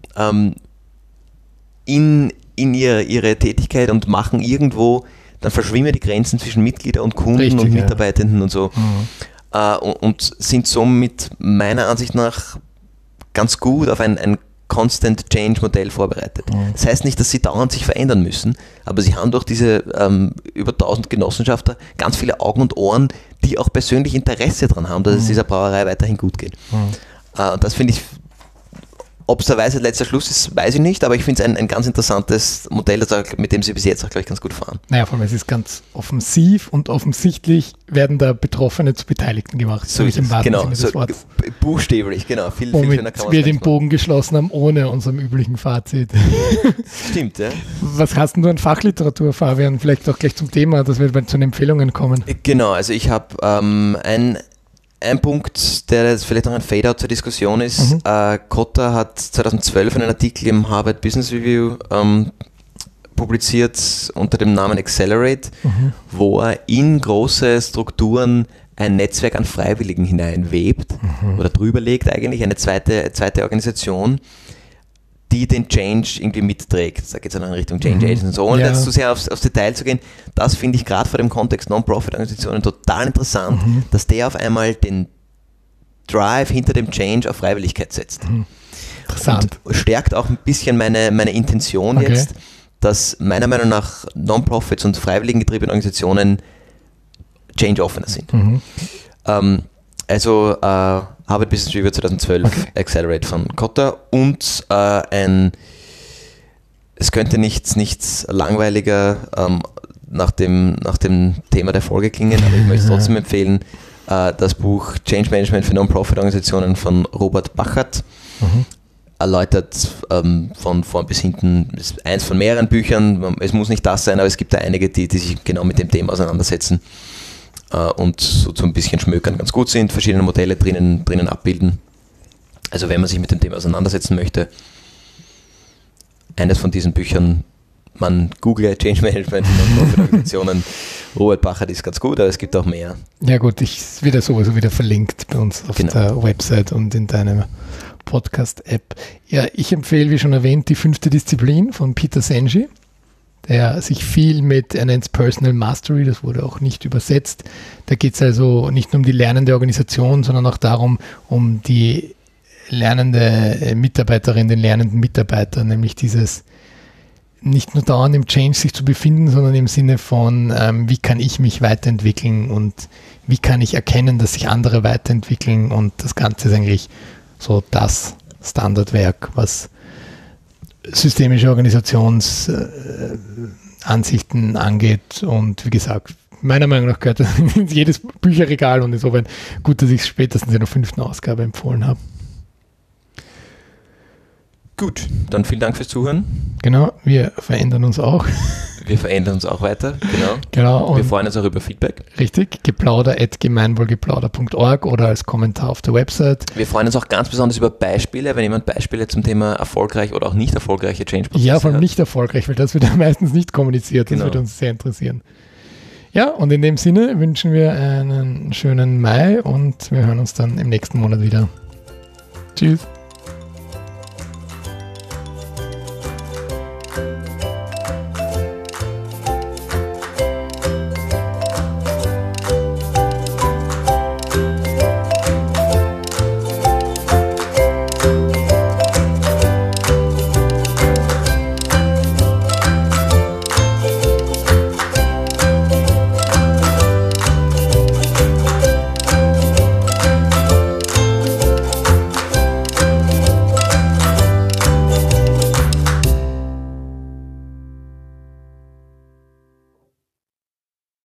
S1: in ihre Tätigkeit, und machen irgendwo, dann verschwimmen die Grenzen zwischen Mitglieder und Kunden und Mitarbeitenden und so. Und sind somit meiner Ansicht nach ganz gut auf ein Constant Change Modell vorbereitet. Das heißt nicht, dass sie dauernd sich verändern müssen, aber sie haben durch diese über 1000 Genossenschafter ganz viele Augen und Ohren, die auch persönlich Interesse daran haben, dass es dieser Brauerei weiterhin gut geht. Und das finde ich Ob es der Weisheit letzter Schluss ist, weiß ich nicht, aber ich finde es ein ganz interessantes Modell, mit dem sie bis jetzt auch, glaube ich, ganz gut fahren.
S2: Naja, vor allem es ist ganz offensiv und offensichtlich werden da Betroffene zu Beteiligten gemacht.
S1: So ist es, genau, so buchstäblich, genau. Viel schöner kann man
S2: wir den Bogen geschlossen haben, ohne unserem üblichen Fazit.
S1: Stimmt, ja.
S2: Was hast denn du an Fachliteratur, Fabian? Vielleicht auch gleich zum Thema, dass wir zu den Empfehlungen kommen.
S1: Genau, also ich habe ein Punkt, der jetzt vielleicht noch ein Fade-out zur Diskussion ist. Kotter hat 2012 einen Artikel im Harvard Business Review publiziert unter dem Namen Accelerate, wo er in große Strukturen ein Netzwerk an Freiwilligen hineinwebt oder drüber legt eigentlich, eine zweite Organisation, die den Change irgendwie mitträgt. Da geht es dann in Richtung Change Agents und so. Ohne jetzt zu sehr aufs Detail zu gehen, das finde ich gerade vor dem Kontext Non-Profit-Organisationen total interessant, dass der auf einmal den Drive hinter dem Change auf Freiwilligkeit setzt.
S2: Interessant.
S1: Und stärkt auch ein bisschen meine Intention jetzt, dass meiner Meinung nach Non-Profits und freiwilligengetriebene Organisationen Change-offener sind. Also Harvard Business Review 2012, Accelerate von Kotter und es könnte nichts langweiliger nach dem Thema der Folge klingen, aber ich möchte es trotzdem empfehlen, das Buch Change Management für Non-Profit-Organisationen von Robert Bachert. Erläutert von vorn bis hinten, ist eins von mehreren Büchern, es muss nicht das sein, aber es gibt da einige, die sich genau mit dem Thema auseinandersetzen und so ein bisschen schmökern ganz gut sind, verschiedene Modelle drinnen abbilden. Also wenn man sich mit dem Thema auseinandersetzen möchte, eines von diesen Büchern, man google Change Management und Non-Profit-Organisationen, Robert Bachert ist ganz gut, aber es gibt auch mehr.
S2: Ja gut, es wird ja sowieso wieder verlinkt bei uns auf der Website und in deinem Podcast-App. Ja, ich empfehle, wie schon erwähnt, die 5. Disziplin von Peter Senge, der sich viel er nennt es Personal Mastery, das wurde auch nicht übersetzt. Da geht es also nicht nur um die lernende Organisation, sondern auch darum, um die lernende Mitarbeiterin, den lernenden Mitarbeiter, nämlich dieses nicht nur dauernd im Change sich zu befinden, sondern im Sinne von, wie kann ich mich weiterentwickeln und wie kann ich erkennen, dass sich andere weiterentwickeln, und das Ganze ist eigentlich so das Standardwerk, was systemische Organisationsansichten angeht, und wie gesagt, meiner Meinung nach gehört das in jedes Bücherregal, und insofern gut, dass ich es spätestens in der 5. Ausgabe empfohlen habe.
S1: Gut, dann vielen Dank fürs Zuhören.
S2: Genau, wir verändern uns auch.
S1: Wir verändern uns auch weiter, genau. Wir freuen uns auch über Feedback.
S2: Richtig, geplauder@gemeinwohlgeplauder.org oder als Kommentar auf der Website.
S1: Wir freuen uns auch ganz besonders über Beispiele, wenn jemand Beispiele zum Thema erfolgreich oder auch nicht erfolgreiche Change-Prozesse
S2: Ja, vor allem nicht erfolgreich, weil das wird ja meistens nicht kommuniziert. Das wird uns sehr interessieren. Ja, und in dem Sinne wünschen wir einen schönen Mai und wir hören uns dann im nächsten Monat wieder. Tschüss.